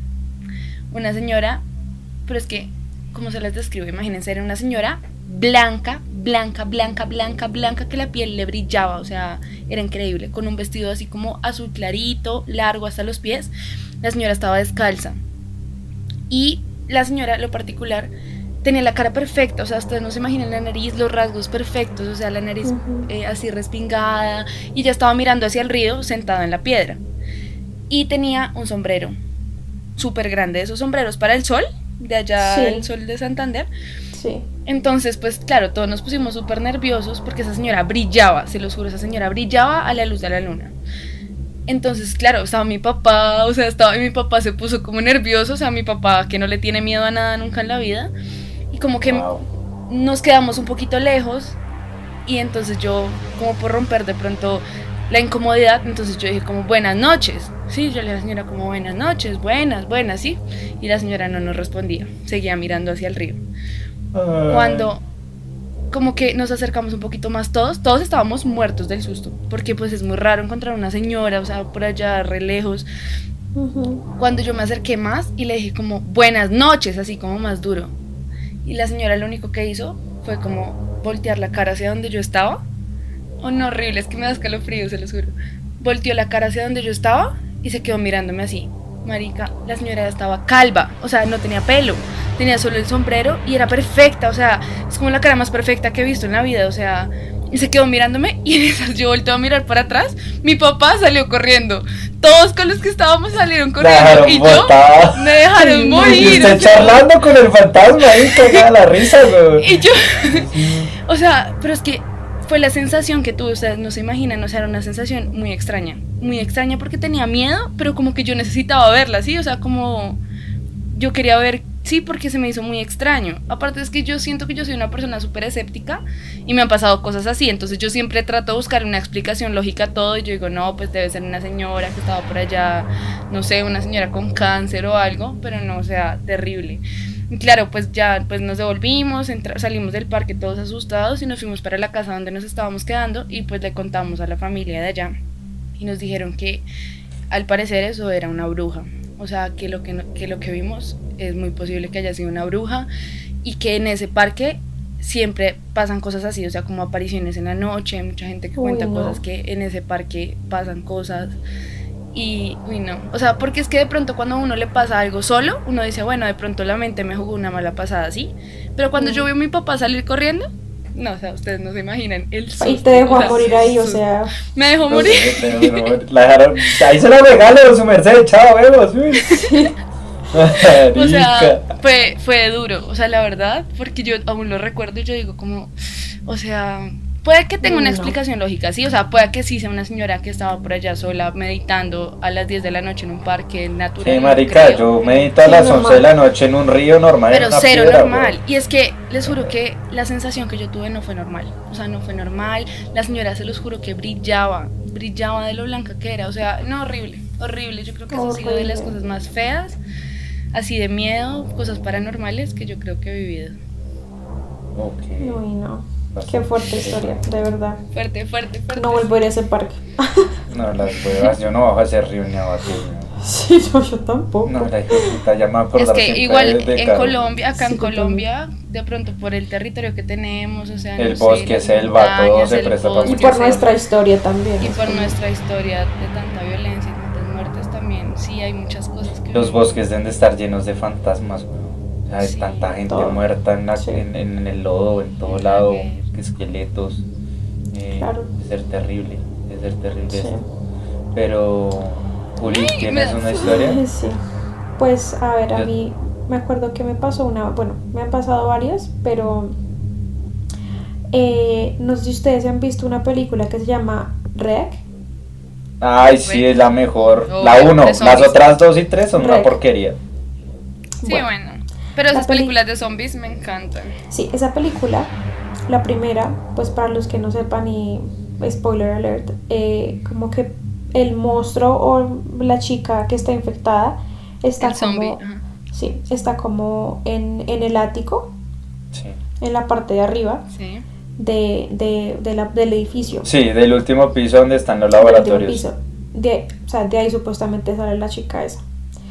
pero es que, ¿cómo se les describo? Imagínense, era una señora blanca, que la piel le brillaba, o sea, era increíble, con un vestido así como azul clarito, largo hasta los pies. La señora estaba descalza, y la señora, lo particular, tenía la cara perfecta, o sea, ustedes no se imaginan la nariz, los rasgos perfectos, o sea, la nariz así respingada, y ya estaba mirando hacia el río, sentada en la piedra. Y tenía un sombrero súper grande, esos sombreros para el sol, de allá el sol de Santander. Sí. Entonces, pues claro, todos nos pusimos súper nerviosos porque esa señora brillaba, se los juro, esa señora brillaba a la luz de la luna. Entonces, claro, estaba mi papá, o sea, y mi papá se puso como nervioso, o sea, mi papá que no le tiene miedo a nada nunca en la vida, y como que nos quedamos un poquito lejos, y entonces yo, como por romper de pronto la incomodidad, entonces yo dije como buenas noches, sí, yo le dije a la señora como buenas noches, buenas, sí, y la señora no nos respondía, seguía mirando hacia el río. Cuando como que nos acercamos un poquito más todos estábamos muertos del susto, porque pues es muy raro encontrar una señora, o sea, por allá re lejos. Cuando yo me acerqué más y le dije como buenas noches, así como más duro, y la señora lo único que hizo fue como voltear la cara hacia donde yo estaba. Oh, no, horrible, es que me da escalofrío, se lo juro. Volteó la cara hacia donde yo estaba y se quedó mirándome así. Marica, la señora estaba calva, o sea, no tenía pelo, tenía solo el sombrero y era perfecta, o sea, es como la cara más perfecta que he visto en la vida, o sea, y se quedó mirándome y en esas yo volteo a mirar para atrás, mi papá salió corriendo, todos con los que estábamos salieron corriendo y yo me dejaron morir. Y usted charlando con el fantasma ahí, cagada la risa, güey. Y yo, o sea, pero es que fue la sensación que tuve, ustedes no se imaginan, o sea, era una sensación muy extraña porque tenía miedo, pero como que yo necesitaba verla, ¿sí? O sea, como yo quería ver, sí, porque se me hizo muy extraño. Aparte es que yo siento que yo soy una persona súper escéptica y me han pasado cosas así, entonces yo siempre trato de buscar una explicación lógica a todo y yo digo, no, pues debe ser una señora que estaba por allá, no sé, una señora con cáncer o algo, pero no, o sea, terrible. Y claro, pues ya pues nos devolvimos, salimos del parque todos asustados y nos fuimos para la casa donde nos estábamos quedando y pues le contamos a la familia de allá y nos dijeron que al parecer eso era una bruja, o sea que lo que vimos es muy posible que haya sido una bruja y que en ese parque siempre pasan cosas así, o sea como apariciones en la noche, hay mucha gente que cuenta cosas que en ese parque pasan cosas. Y, no, o sea, porque es que de pronto cuando a uno le pasa algo solo, uno dice, bueno, de pronto la mente me jugó una mala pasada, ¿sí? Pero cuando yo vi a mi papá salir corriendo, no, o sea, ustedes no se imaginan el susto. Y te dejó a morir ahí, o sea. Me dejó morir. La dejaron, ahí se la regalo, su merced, chao, vemos. O sea, fue duro, o sea, la verdad, porque yo aún lo recuerdo y yo digo como, o sea, puede que tenga una explicación lógica, sí, o sea, puede que sí sea una señora que estaba por allá sola meditando a las 10 de la noche en un parque natural. Sí, marica, yo medito a las 11 de la noche en un río normal. Pero cero piedra, normal, bro. Y es que les juro que la sensación que yo tuve no fue normal, o sea, no fue normal, la señora se los juro que brillaba de lo blanca que era, o sea, no, horrible, yo creo que eso ha sido de las cosas más feas, así de miedo, cosas paranormales que yo creo que he vivido. Okay. Uy, no. Qué fuerte historia, de verdad. Fuerte. No vuelvo a ir a ese parque. No, las huevas, yo no bajo a ese río ni a batir. Sí, yo tampoco. No, la puta, ya me acuerdo. Es que igual en Colombia, acá en Colombia, de pronto por el territorio que tenemos, o sea, el bosque, selva, todo se presta para mucho. Y por nuestra historia también. Y por nuestra historia de tanta violencia y tantas muertes también, sí hay muchas cosas que... Los bosques deben de estar llenos de fantasmas, güey. O sea, hay tanta gente muerta en el lodo, en todo lado, esqueletos. Claro. Es ser terrible esto. Pero, Juli, ¿tienes una historia? Sí. Pues, a ver, a mí me acuerdo que me pasó me han pasado varias, pero no sé si ustedes han visto una película que se llama REC. Ay, sí, es la mejor. La 1, las otras 2 y 3 son una porquería. Sí, bueno. Pero esas películas de zombies me encantan. Sí, esa película, la primera, pues para los que no sepan y spoiler alert, como que el monstruo o la chica que está infectada está el como zombie, sí, está como en el ático, sí, en la parte de arriba, sí, del edificio. Sí, del último piso donde están los laboratorios. O sea, de ahí supuestamente sale la chica esa.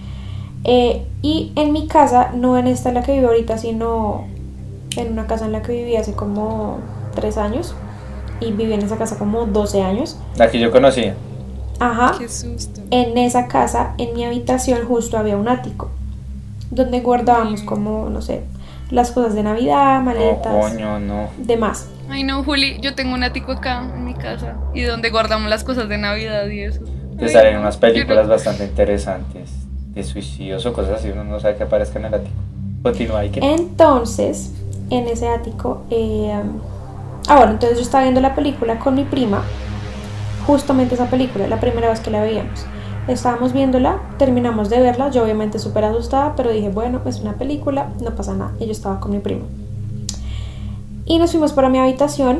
Y en mi casa, no en esta en la que vivo ahorita, sino en una casa en la que viví hace como 3 años. Y viví en esa casa como 12 años. La que yo conocía. Ajá. Qué susto. En esa casa, en mi habitación justo había un ático donde guardábamos como, no sé, las cosas de Navidad, maletas, no. demás. Ay no, Juli, yo tengo un ático acá en mi casa y donde guardamos las cosas de Navidad y eso. Te salen unas películas bastante interesantes de suicidios o cosas así, uno no sabe que aparezca en el ático. Continúa ahí. Entonces, en ese ático, entonces yo estaba viendo la película con mi prima, justamente esa película, la primera vez que la veíamos. Estábamos viéndola, terminamos de verla, yo obviamente súper asustada, pero dije, bueno, es una película, no pasa nada, y yo estaba con mi prima. Y nos fuimos para mi habitación,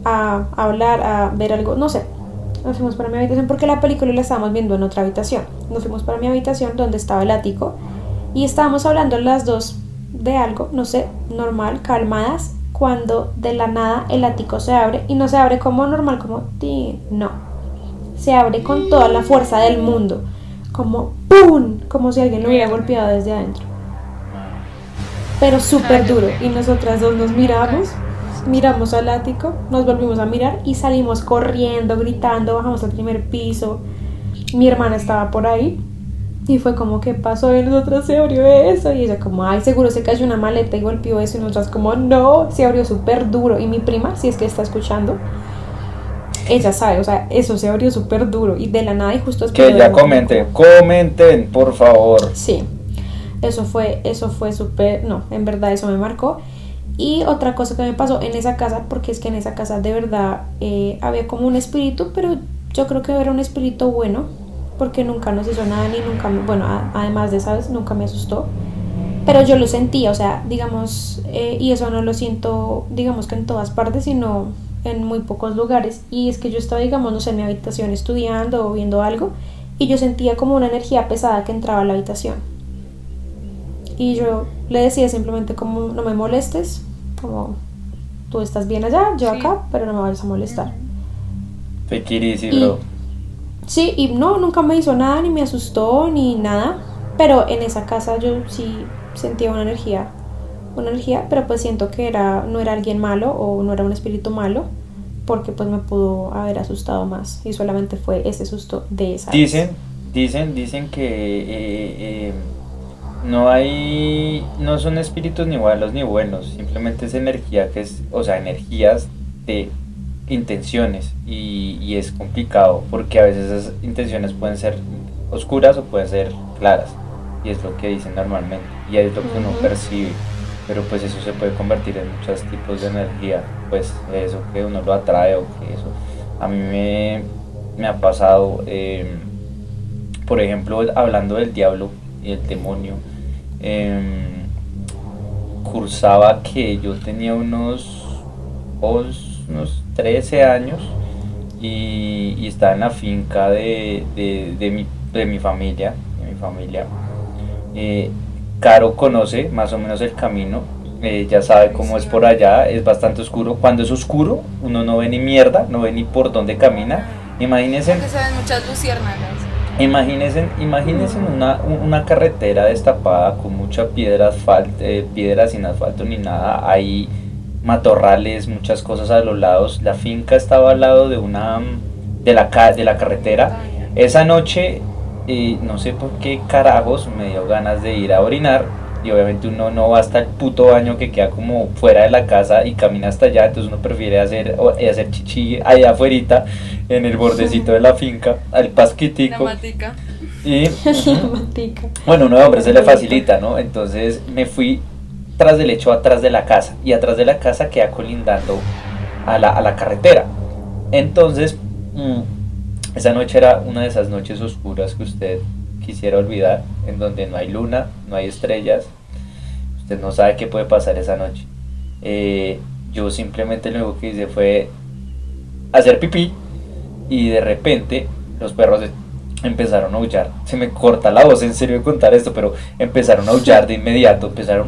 a hablar, a ver algo, no sé. Nos fuimos para mi habitación porque la película la estábamos viendo en otra habitación. Nos fuimos para mi habitación donde estaba el ático y estábamos hablando las dos de algo, no sé, normal, calmadas, cuando de la nada el ático se abre y no se abre como normal, como no, se abre con toda la fuerza del mundo, como ¡pum! Como si alguien lo hubiera golpeado desde adentro, pero súper duro. Y nosotras dos nos miramos al ático, nos volvimos a mirar y salimos corriendo, gritando, bajamos al primer piso. Mi hermana estaba por ahí y fue como, ¿qué pasó? Y nosotros, se abrió eso. Y ella como, ay, seguro se cayó una maleta y golpeó eso. Y nosotras como, no, se abrió súper duro. Y mi prima, si es que está escuchando, ella sabe, o sea, eso se abrió súper duro y de la nada y justo después que ya comenten, por favor. Sí, eso fue súper, no, en verdad eso me marcó. Y otra cosa que me pasó en esa casa, porque es que en esa casa de verdad había como un espíritu, pero yo creo que era un espíritu bueno, porque nunca nos hizo nada ni nunca, además de, ¿sabes? Nunca me asustó, pero yo lo sentía, o sea, digamos, y eso no lo siento, digamos que en todas partes, sino en muy pocos lugares. Y es que yo estaba, digamos, no sé, en mi habitación estudiando o viendo algo, y yo sentía como una energía pesada que entraba a la habitación. Y yo le decía simplemente como, no me molestes, como, tú estás bien allá, yo acá, pero no me vayas a molestar. Take it easy, bro. Sí, y no, nunca me hizo nada, ni me asustó, ni nada. Pero en esa casa yo sí sentía una energía, pero pues siento que no era alguien malo o no era un espíritu malo, porque pues me pudo haber asustado más y solamente fue ese susto de esa vez. Dicen que no son espíritus ni malos ni buenos, simplemente es energía energías de intenciones y es complicado porque a veces esas intenciones pueden ser oscuras o pueden ser claras y es lo que dicen normalmente y es lo que uno percibe, pero pues eso se puede convertir en muchos tipos de energía, pues eso que uno lo atrae o que eso a mí me ha pasado. Por ejemplo, hablando del diablo y el demonio, cursaba que yo tenía unos 13 años y estaba en la finca de mi familia. Caro conoce más o menos el camino, ya sabe cómo es por allá, es bastante oscuro. Cuando es oscuro, uno no ve ni mierda, no ve ni por dónde camina. Imagínense. Se ven muchas luciérnagas. Imagínense una carretera destapada con mucha piedra, piedra sin asfalto ni nada, hay matorrales, muchas cosas a los lados. La finca estaba al lado de la carretera. Esa noche, no sé por qué carajos, me dio ganas de ir a orinar. Y obviamente uno no va hasta el puto baño que queda como fuera de la casa y camina hasta allá, entonces uno prefiere hacer chichi allá afuera en el bordecito de la finca, al pasquitico. La matica. Y bueno, uno de hombre se le facilita, ¿no? Entonces me fui tras del hecho atrás de la casa y atrás de la casa queda colindando a la carretera. Entonces esa noche era una de esas noches oscuras que usted quisiera olvidar, en donde no hay luna, no hay estrellas, usted no sabe qué puede pasar esa noche. Yo simplemente lo único que hice fue hacer pipí y de repente los perros empezaron a aullar. Se me corta la voz en serio de contar esto, pero empezaron a aullar de inmediato, empezaron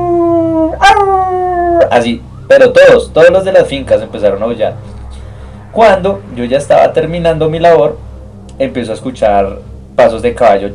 así, pero todos los de las fincas empezaron a aullar. Cuando yo ya estaba terminando mi labor, empezó a escuchar pasos de caballo,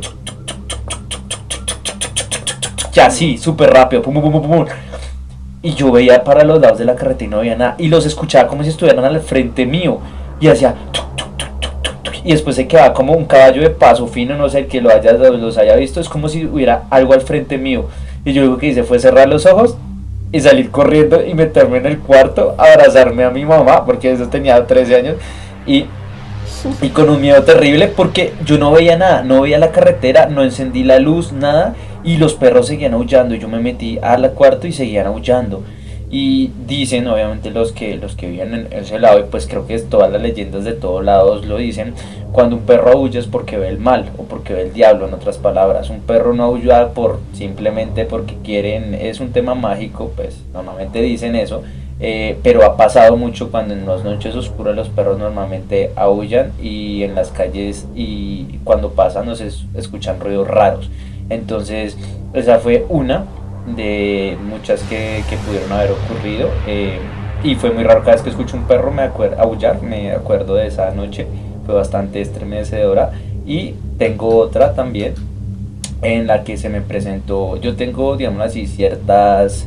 ya así, súper rápido, pum, pum, pum, pum. Y yo veía para los lados de la carretera y no veía nada, y los escuchaba como si estuvieran al frente mío, y hacía y después se quedaba como un caballo de paso fino, no sé, el que los haya visto, es como si hubiera algo al frente mío, y yo lo que hice fue cerrar los ojos y salir corriendo y meterme en el cuarto, abrazarme a mi mamá, porque eso tenía 13 años, y con un miedo terrible porque yo no veía nada, no veía la carretera, no encendí la luz, nada, y los perros seguían aullando. Yo me metí al cuarto y seguían aullando. Y dicen, obviamente los que viven en ese lado, y pues creo que todas las leyendas de todos lados lo dicen, cuando un perro aulla es porque ve el mal o porque ve el diablo, en otras palabras. Un perro no aulla simplemente porque quieren, es un tema mágico, pues normalmente dicen eso. pero ha pasado mucho cuando en las noches oscuras los perros normalmente aúllan y en las calles y cuando pasan no se escuchan ruidos raros. Entonces esa fue una de muchas que pudieron haber ocurrido, y fue muy raro. Cada vez que escucho un perro aullar, me acuerdo de esa noche, fue bastante estremecedora. Y tengo otra también en la que se me presentó, yo tengo, digamos así, ciertas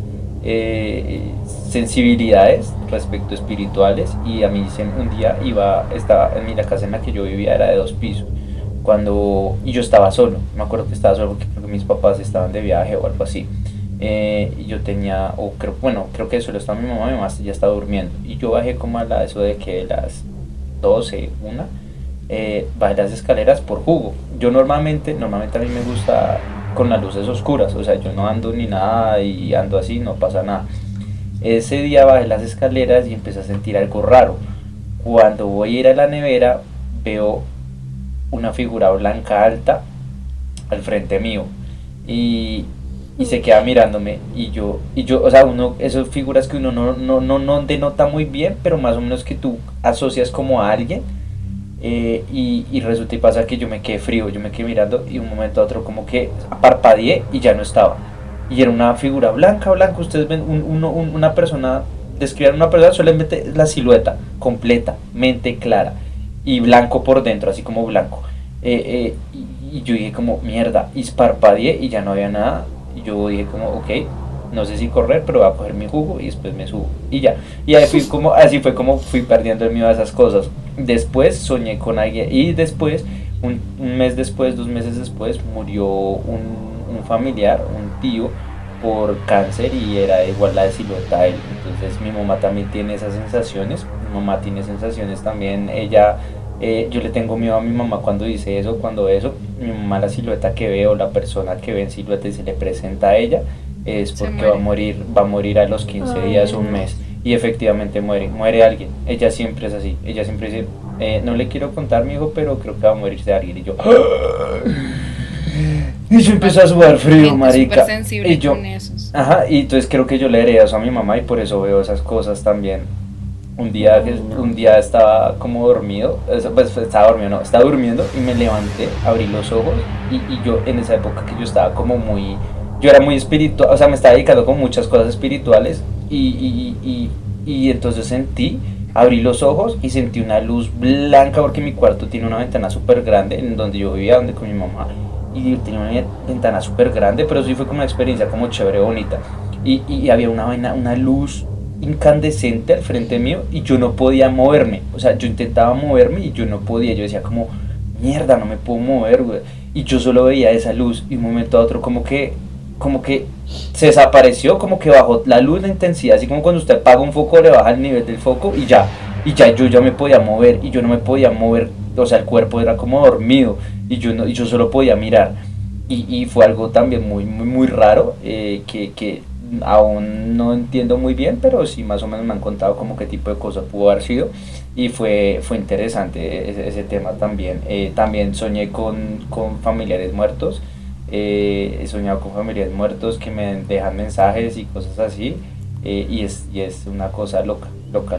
sensibilidades respecto espirituales, y a mí un día estaba en la casa en la que yo vivía, era de 2 pisos, y yo estaba solo. Me acuerdo que estaba solo porque creo que mis papás estaban de viaje o algo así, y yo tenía, creo que solo estaba mi mamá ya estaba durmiendo, y yo bajé como eso de que las 12, bajé las escaleras por jugo. Yo normalmente a mí me gusta con las luces oscuras, o sea, yo no ando ni nada y ando así, no pasa nada. Ese día bajé las escaleras y empecé a sentir algo raro. Cuando voy a ir a la nevera, veo una figura blanca alta al frente mío, y se queda mirándome, y yo, o sea, esas figuras que uno no denota muy bien, pero más o menos que tú asocias como a alguien. Y resulta y pasa que yo me quedé frío, yo me quedé mirando, y un momento a otro como que parpadeé y ya no estaba. Y era una figura blanca. Ustedes ven una persona, describir una persona, solamente la silueta completamente clara y blanco por dentro, así como blanco. Y yo dije como mierda, y parpadeé y ya no había nada. Y yo dije como ok, no sé si correr, pero voy a coger mi jugo y después me subo y ya. Y así fue como fui perdiendo el miedo a esas cosas. Después soñé con alguien, y después, un mes después, 2 meses después, murió un familiar, un tío, por cáncer, y era igual la de silueta a él. Entonces mi mamá también tiene esas sensaciones, también, ella... yo le tengo miedo a mi mamá cuando dice eso, mi mamá, la silueta que ve o la persona que ve en silueta y se le presenta a ella, es porque va a morir a los 15 días o un mes, y efectivamente muere alguien. Ella siempre es así, ella siempre dice, no le quiero contar, mi hijo, pero creo que va a morirse alguien, y yo y yo empiezo a sudar frío, marica, y yo, y entonces creo que yo le heredé eso a mi mamá, y por eso veo esas cosas también. Un día estaba como dormido, estaba durmiendo, y me levanté, abrí los ojos, y yo en esa época que yo estaba yo era muy espiritual, o sea, me estaba dedicando con muchas cosas espirituales, y entonces abrí los ojos y sentí una luz blanca, porque mi cuarto tiene una ventana súper grande, en donde yo vivía, con mi mamá, y tenía una ventana súper grande, pero sí fue como una experiencia como chévere, bonita, y había una luz incandescente al frente mío, y yo no podía moverme. O sea, yo intentaba moverme y yo no podía. Yo decía como mierda, no me puedo mover, güey. Y yo solo veía esa luz, y un momento a otro como que se desapareció, como que bajó la luz, la intensidad, así como cuando usted apaga un foco, le baja el nivel del foco, y ya yo ya me podía mover, y yo no me podía mover. O sea, el cuerpo era como dormido, y yo solo podía mirar, y fue algo también muy muy muy raro, que aún no entiendo muy bien, pero sí más o menos me han contado como qué tipo de cosa pudo haber sido, y fue interesante ese tema también. También soñé con familiares muertos, he soñado con familiares muertos que me dejan mensajes y cosas así, y es una cosa loca,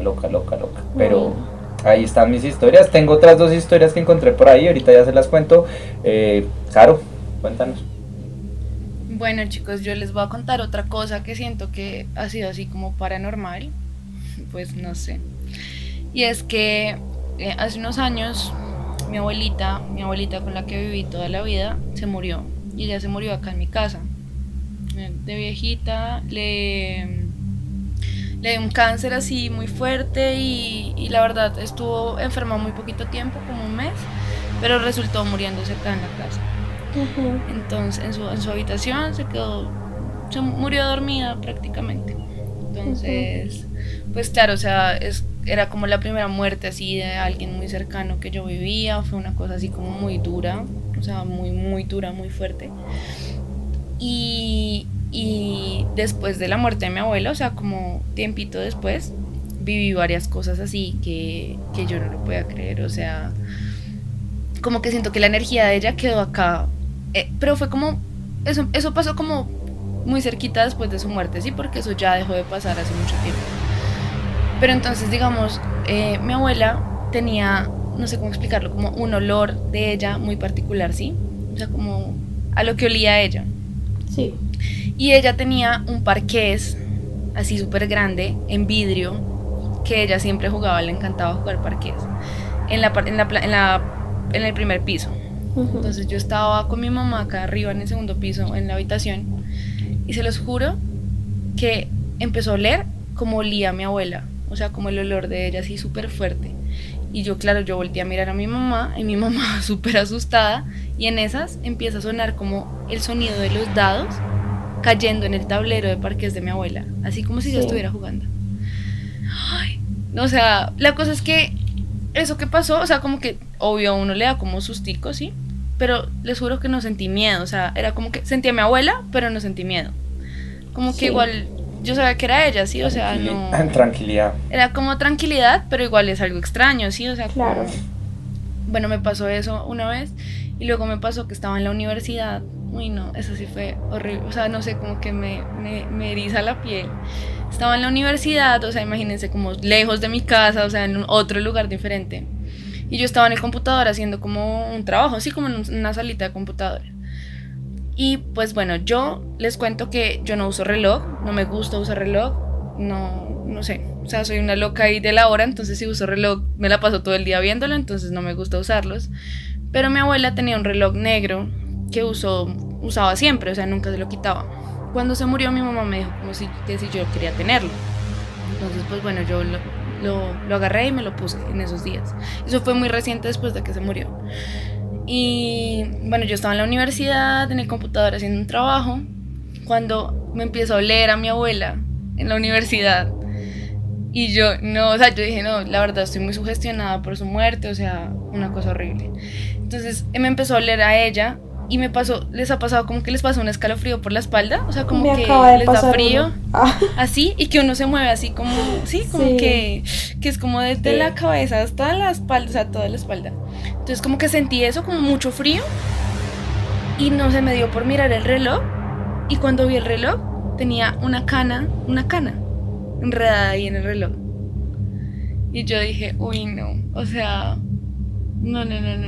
pero ahí están mis historias. Tengo otras 2 historias que encontré por ahí, ahorita ya se las cuento. Caro, cuéntanos. Bueno, chicos, yo les voy a contar otra cosa que siento que ha sido así como paranormal, pues no sé. Y es que hace unos años mi abuelita con la que viví toda la vida, se murió. Y ella se murió acá en mi casa. De viejita, le dio un cáncer así muy fuerte, y la verdad estuvo enferma muy poquito tiempo, como un mes, pero resultó muriéndose acá en la casa. Entonces en su habitación se murió dormida prácticamente. Entonces pues claro, o sea, era como la primera muerte así de alguien muy cercano que yo vivía. Fue una cosa así como muy dura, o sea, muy muy dura, muy fuerte. Y después de la muerte de mi abuela, o sea, como tiempito después, viví varias cosas así que yo no lo podía creer. O sea, como que siento que la energía de ella quedó acá. Pero fue como, eso pasó como muy cerquita después de su muerte, sí, porque eso ya dejó de pasar hace mucho tiempo. Pero entonces, digamos, mi abuela tenía, no sé cómo explicarlo, como un olor de ella muy particular, ¿sí? O sea, como a lo que olía ella. Sí. Y ella tenía un parqués así súper grande, en vidrio, que ella siempre jugaba, le encantaba jugar parqués, en el primer piso. Entonces yo estaba con mi mamá acá arriba en el segundo piso, en la habitación, y se los juro que empezó a oler como olía mi abuela, o sea, como el olor de ella así súper fuerte. Y yo, claro, yo volteé a mirar a mi mamá, y mi mamá súper asustada, y en esas empieza a sonar como el sonido de los dados cayendo en el tablero de parqués de mi abuela, así como si yo estuviera jugando. Ay, o sea, la cosa es que eso que pasó, o sea, como que obvio a uno le da como sustico, ¿sí? Pero les juro que no sentí miedo, o sea, era como que sentí a mi abuela, pero no sentí miedo. Como que igual yo sabía que era ella, ¿sí? O sea, no... Tranquilidad. Era como tranquilidad, pero igual es algo extraño, ¿sí? O sea, claro. Como... Bueno, me pasó eso una vez y luego me pasó que estaba en la universidad. Uy, no, eso sí fue horrible. O sea, no sé, como que me eriza la piel. Estaba en la universidad, o sea, imagínense como lejos de mi casa, o sea, en otro lugar diferente. Y yo estaba en el computador haciendo como un trabajo, así como en una salita de computador. Y pues bueno, yo les cuento que yo no uso reloj, no me gusta usar reloj, no sé, o sea, soy una loca ahí de la hora, entonces si uso reloj me la paso todo el día viéndolo, entonces no me gusta usarlos. Pero mi abuela tenía un reloj negro que usaba siempre, o sea, nunca se lo quitaba. Cuando se murió mi mamá me dijo como si yo quería tenerlo. Entonces pues bueno, yo lo agarré y me lo puse en esos días. Eso fue muy reciente después de que se murió. Y bueno, yo estaba en la universidad, en el computador haciendo un trabajo, cuando me empiezo a oler a mi abuela en la universidad. Y yo, no, o sea, yo dije, no, la verdad estoy muy sugestionada por su muerte, o sea, una cosa horrible. Entonces me empezó a oler a ella y me pasó, les ha pasado como que les pasa un escalofrío por la espalda, o sea, como que les da frío, así, y que uno se mueve así como, sí, como que es como desde la cabeza hasta la espalda, o sea, toda la espalda. Entonces como que sentí eso, como mucho frío, y no se me dio por mirar el reloj, y cuando vi el reloj, tenía una cana enredada ahí en el reloj. Y yo dije, uy, no, o sea, no.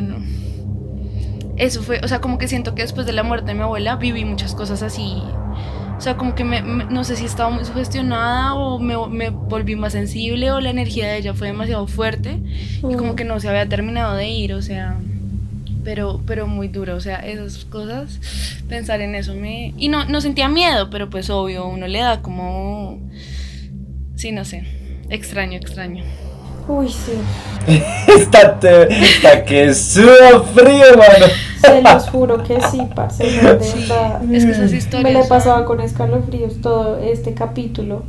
Eso fue, o sea, como que siento que después de la muerte de mi abuela viví muchas cosas así. O sea, como que no sé si estaba muy sugestionada o me volví más sensible o la energía de ella fue demasiado fuerte y como que no se había terminado de ir, o sea, pero muy duro, o sea, esas cosas, pensar en eso y no sentía miedo, pero pues obvio, uno le da como, sí, no sé, extraño. Uy, sí. Está que suda frío, hermano. Se los juro que sí, parce, de verdad. Es que esas historias me le pasaba con escalofríos todo este capítulo.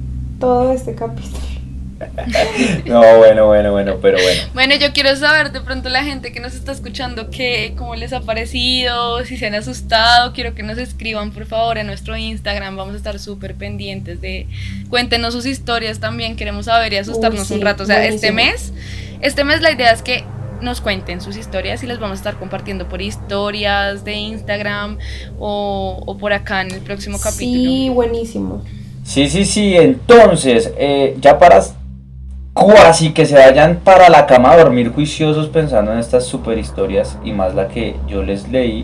No, bueno, pero bueno. Bueno, yo quiero saber de pronto la gente que nos está escuchando cómo les ha parecido, si se han asustado. Quiero que nos escriban por favor en nuestro Instagram, vamos a estar súper pendientes cuéntenos sus historias también, queremos saber y asustarnos un rato, o sea, buenísimo. Este mes la idea es que nos cuenten sus historias y las vamos a estar compartiendo por historias de Instagram o por acá en el próximo capítulo. Sí, buenísimo. Sí, entonces, ya para casi que se vayan para la cama a dormir juiciosos pensando en estas super historias y más la que yo les leí,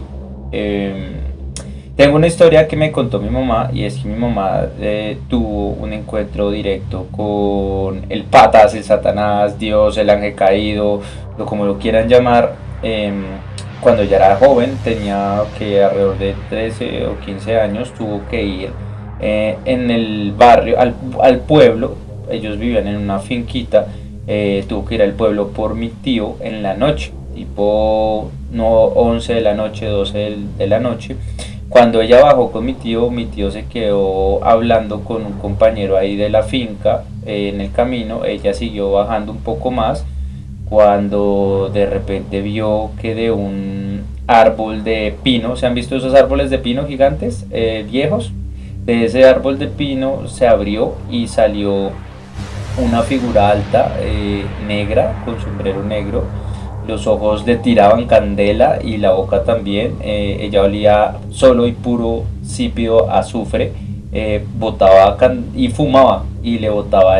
tengo una historia que me contó mi mamá y es que mi mamá tuvo un encuentro directo con el patas, el Satanás, Dios, el ángel caído, como lo quieran llamar, cuando ella era joven, tenía que alrededor de 13 o 15 años, tuvo que ir en el barrio, al pueblo. Ellos vivían en una finquita, tuvo que ir al pueblo por mi tío en la noche, tipo 11 de la noche, 12 de la noche. Cuando ella bajó con mi tío se quedó hablando con un compañero ahí de la finca en el camino. Ella siguió bajando un poco más cuando de repente vio que de un árbol de pino, ¿se han visto esos árboles de pino gigantes, viejos? De ese árbol de pino se abrió y salió una figura alta, negra, con sombrero negro. Los ojos le tiraban candela y la boca también. Ella olía solo y puro cípido azufre botaba y fumaba y le botaba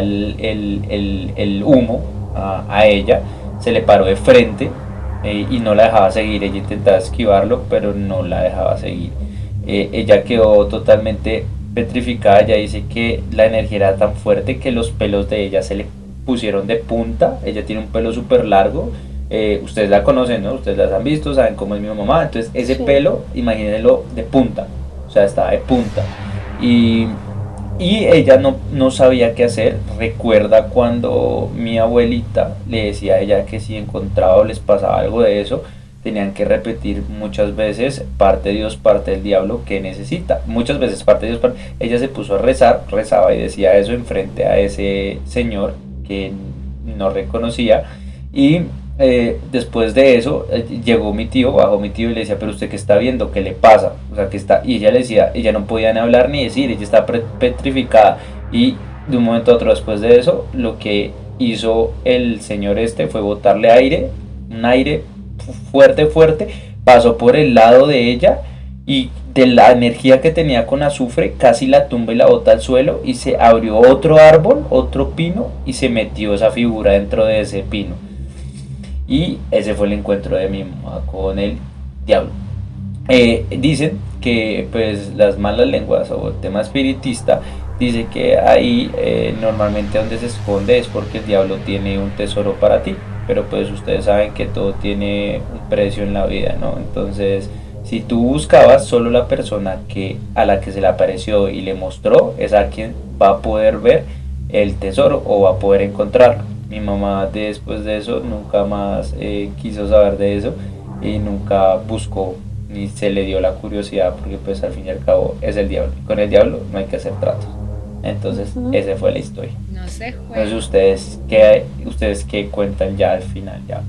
el humo a ella. Se le paró de frente y no la dejaba seguir. Ella intentaba esquivarlo, pero no la dejaba seguir. Ella quedó totalmente petrificada. Ella dice que la energía era tan fuerte que los pelos de ella se le pusieron de punta. Ella tiene un pelo súper largo. Ustedes la conocen, ¿no? Ustedes las han visto, saben cómo es mi mamá. Entonces ese pelo, imagínenlo de punta. O sea, estaba de punta. Y ella no sabía qué hacer. Recuerda cuando mi abuelita le decía a ella que si encontraba o les pasaba algo de eso, tenían que repetir muchas veces: parte de Dios, parte del diablo, ¿qué necesita? Muchas veces parte de Dios, parte. Ella se puso a rezar, rezaba y decía eso enfrente a ese señor que no reconocía. Y después de eso llegó mi tío, bajó mi tío y le decía: pero usted qué está viendo, qué le pasa, o sea, que está. Y ella le decía, ella no podía ni hablar ni decir, ella estaba petrificada. Y de un momento a otro, después de eso, lo que hizo el señor fue botarle aire, un aire fuerte, pasó por el lado de ella y de la energía que tenía con azufre casi la tumba y la bota al suelo, y se abrió otro árbol, otro pino, y se metió esa figura dentro de ese pino. Y ese fue el encuentro de mi mamá con el diablo. Dicen que pues las malas lenguas o el tema espiritista dice que ahí normalmente donde se esconde es porque el diablo tiene un tesoro para ti, pero pues ustedes saben que todo tiene un precio en la vida, ¿no? Entonces, si tú buscabas, solo la persona a la que se le apareció y le mostró es a quien va a poder ver el tesoro o va a poder encontrarlo. Mi mamá después de eso nunca más quiso saber de eso y nunca buscó ni se le dio la curiosidad, porque pues al fin y al cabo es el diablo. Con el diablo no hay que hacer tratos. Entonces esa fue la historia. No se juega. Entonces ustedes qué cuentan ya al final ya.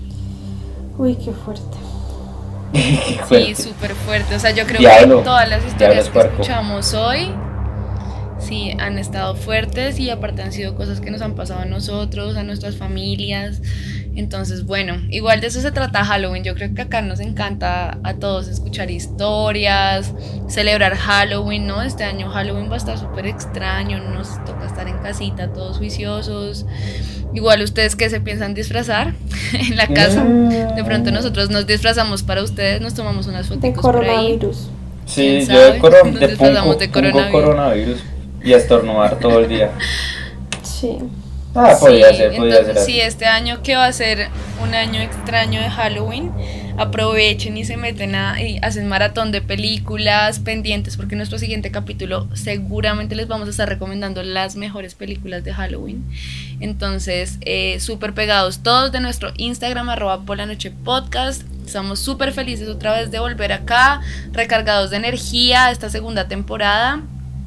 Uy, qué fuerte. Qué fuerte. Sí, súper fuerte. O sea, yo creo Diablo, que todas las historias que puerco. escuchamos hoy sí han estado fuertes, y aparte han sido cosas que nos han pasado a nosotros, a nuestras familias. Entonces, bueno, igual de eso se trata Halloween. Yo creo que acá nos encanta a todos escuchar historias, celebrar Halloween, ¿no? Este año Halloween va a estar súper extraño, nos toca estar en casita todos juiciosos. Igual ustedes, ¿qué se piensan disfrazar en la casa? De pronto nosotros nos disfrazamos para ustedes, nos tomamos unas fotos por ahí. Coronavirus. Sí, ¿Quién yo sabe? de Disfrazamos de coronavirus y a estornudar todo el día. Sí. Podía Sí, ser entonces así. sí, este año que va a ser un año extraño de Halloween, aprovechen y se meten y hacen maratón de películas pendientes, porque en nuestro siguiente capítulo seguramente les vamos a estar recomendando las mejores películas de Halloween. Entonces, súper pegados todos de nuestro Instagram @polanochepodcast. Estamos súper felices otra vez de volver acá, recargados de energía esta segunda temporada.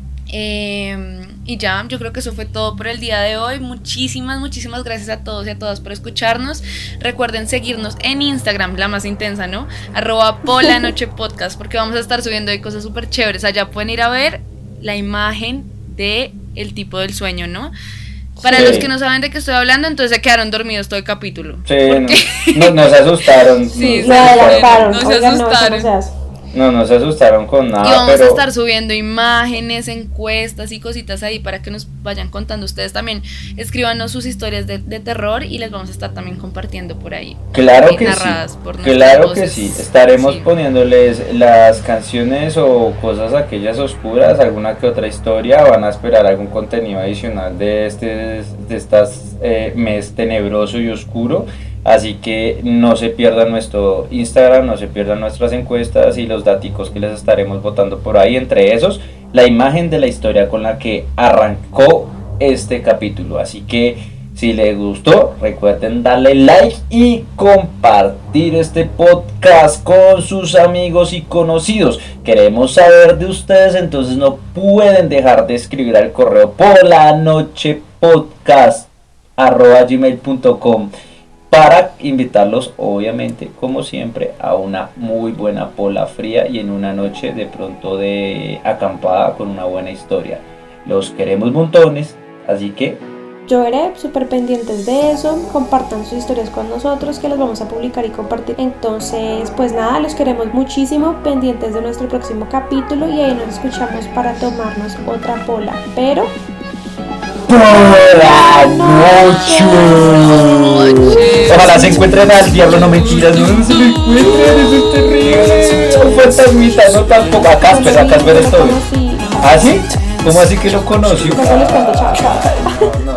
Y ya, yo creo que eso fue todo por el día de hoy. Muchísimas gracias a todos y a todas por escucharnos. Recuerden seguirnos en Instagram, la más intensa, ¿no? @polanochepodcast, porque vamos a estar subiendo ahí cosas súper chéveres. Allá pueden ir a ver la imagen de el tipo del sueño, ¿no? Para los que no saben de qué estoy hablando, entonces se quedaron dormidos todo el capítulo. Sí, nos asustaron. Sí, Lo adelantaron. nos Oigan, asustaron. No se asustaron con nada. Y vamos pero a estar subiendo imágenes, encuestas y cositas ahí para que nos vayan contando ustedes también. Escríbanos sus historias de terror y les vamos a estar también compartiendo por ahí. Claro que narradas sí. por nuestras Claro voces. que sí. Estaremos Sí. poniéndoles las canciones o cosas aquellas oscuras, alguna que otra historia. Van a esperar algún contenido adicional de estas mes tenebroso y oscuro. Así que no se pierdan nuestro Instagram, no se pierdan nuestras encuestas y los daticos que les estaremos botando por ahí. Entre esos, la imagen de la historia con la que arrancó este capítulo. Así que si les gustó, recuerden darle like y compartir este podcast con sus amigos y conocidos. Queremos saber de ustedes, entonces no pueden dejar de escribir al correo polanochepodcast@gmail.com para invitarlos, obviamente, como siempre, a una muy buena pola fría y en una noche de pronto de acampada con una buena historia. Los queremos montones, así que yo veré, súper pendientes de eso, compartan sus historias con nosotros que las vamos a publicar y compartir. Entonces, pues nada, los queremos muchísimo, pendientes de nuestro próximo capítulo y ahí nos escuchamos para tomarnos otra pola, pero... ¡Buenas noches! Ojalá se encuentren al diablo, no mentiras, no se lo encuentren, eso es terrible. Un fantasmita, no tampoco. Acá espera esto. ¿Ah, sí? ¿Cómo así que lo conoció? Luego les cuento, chao.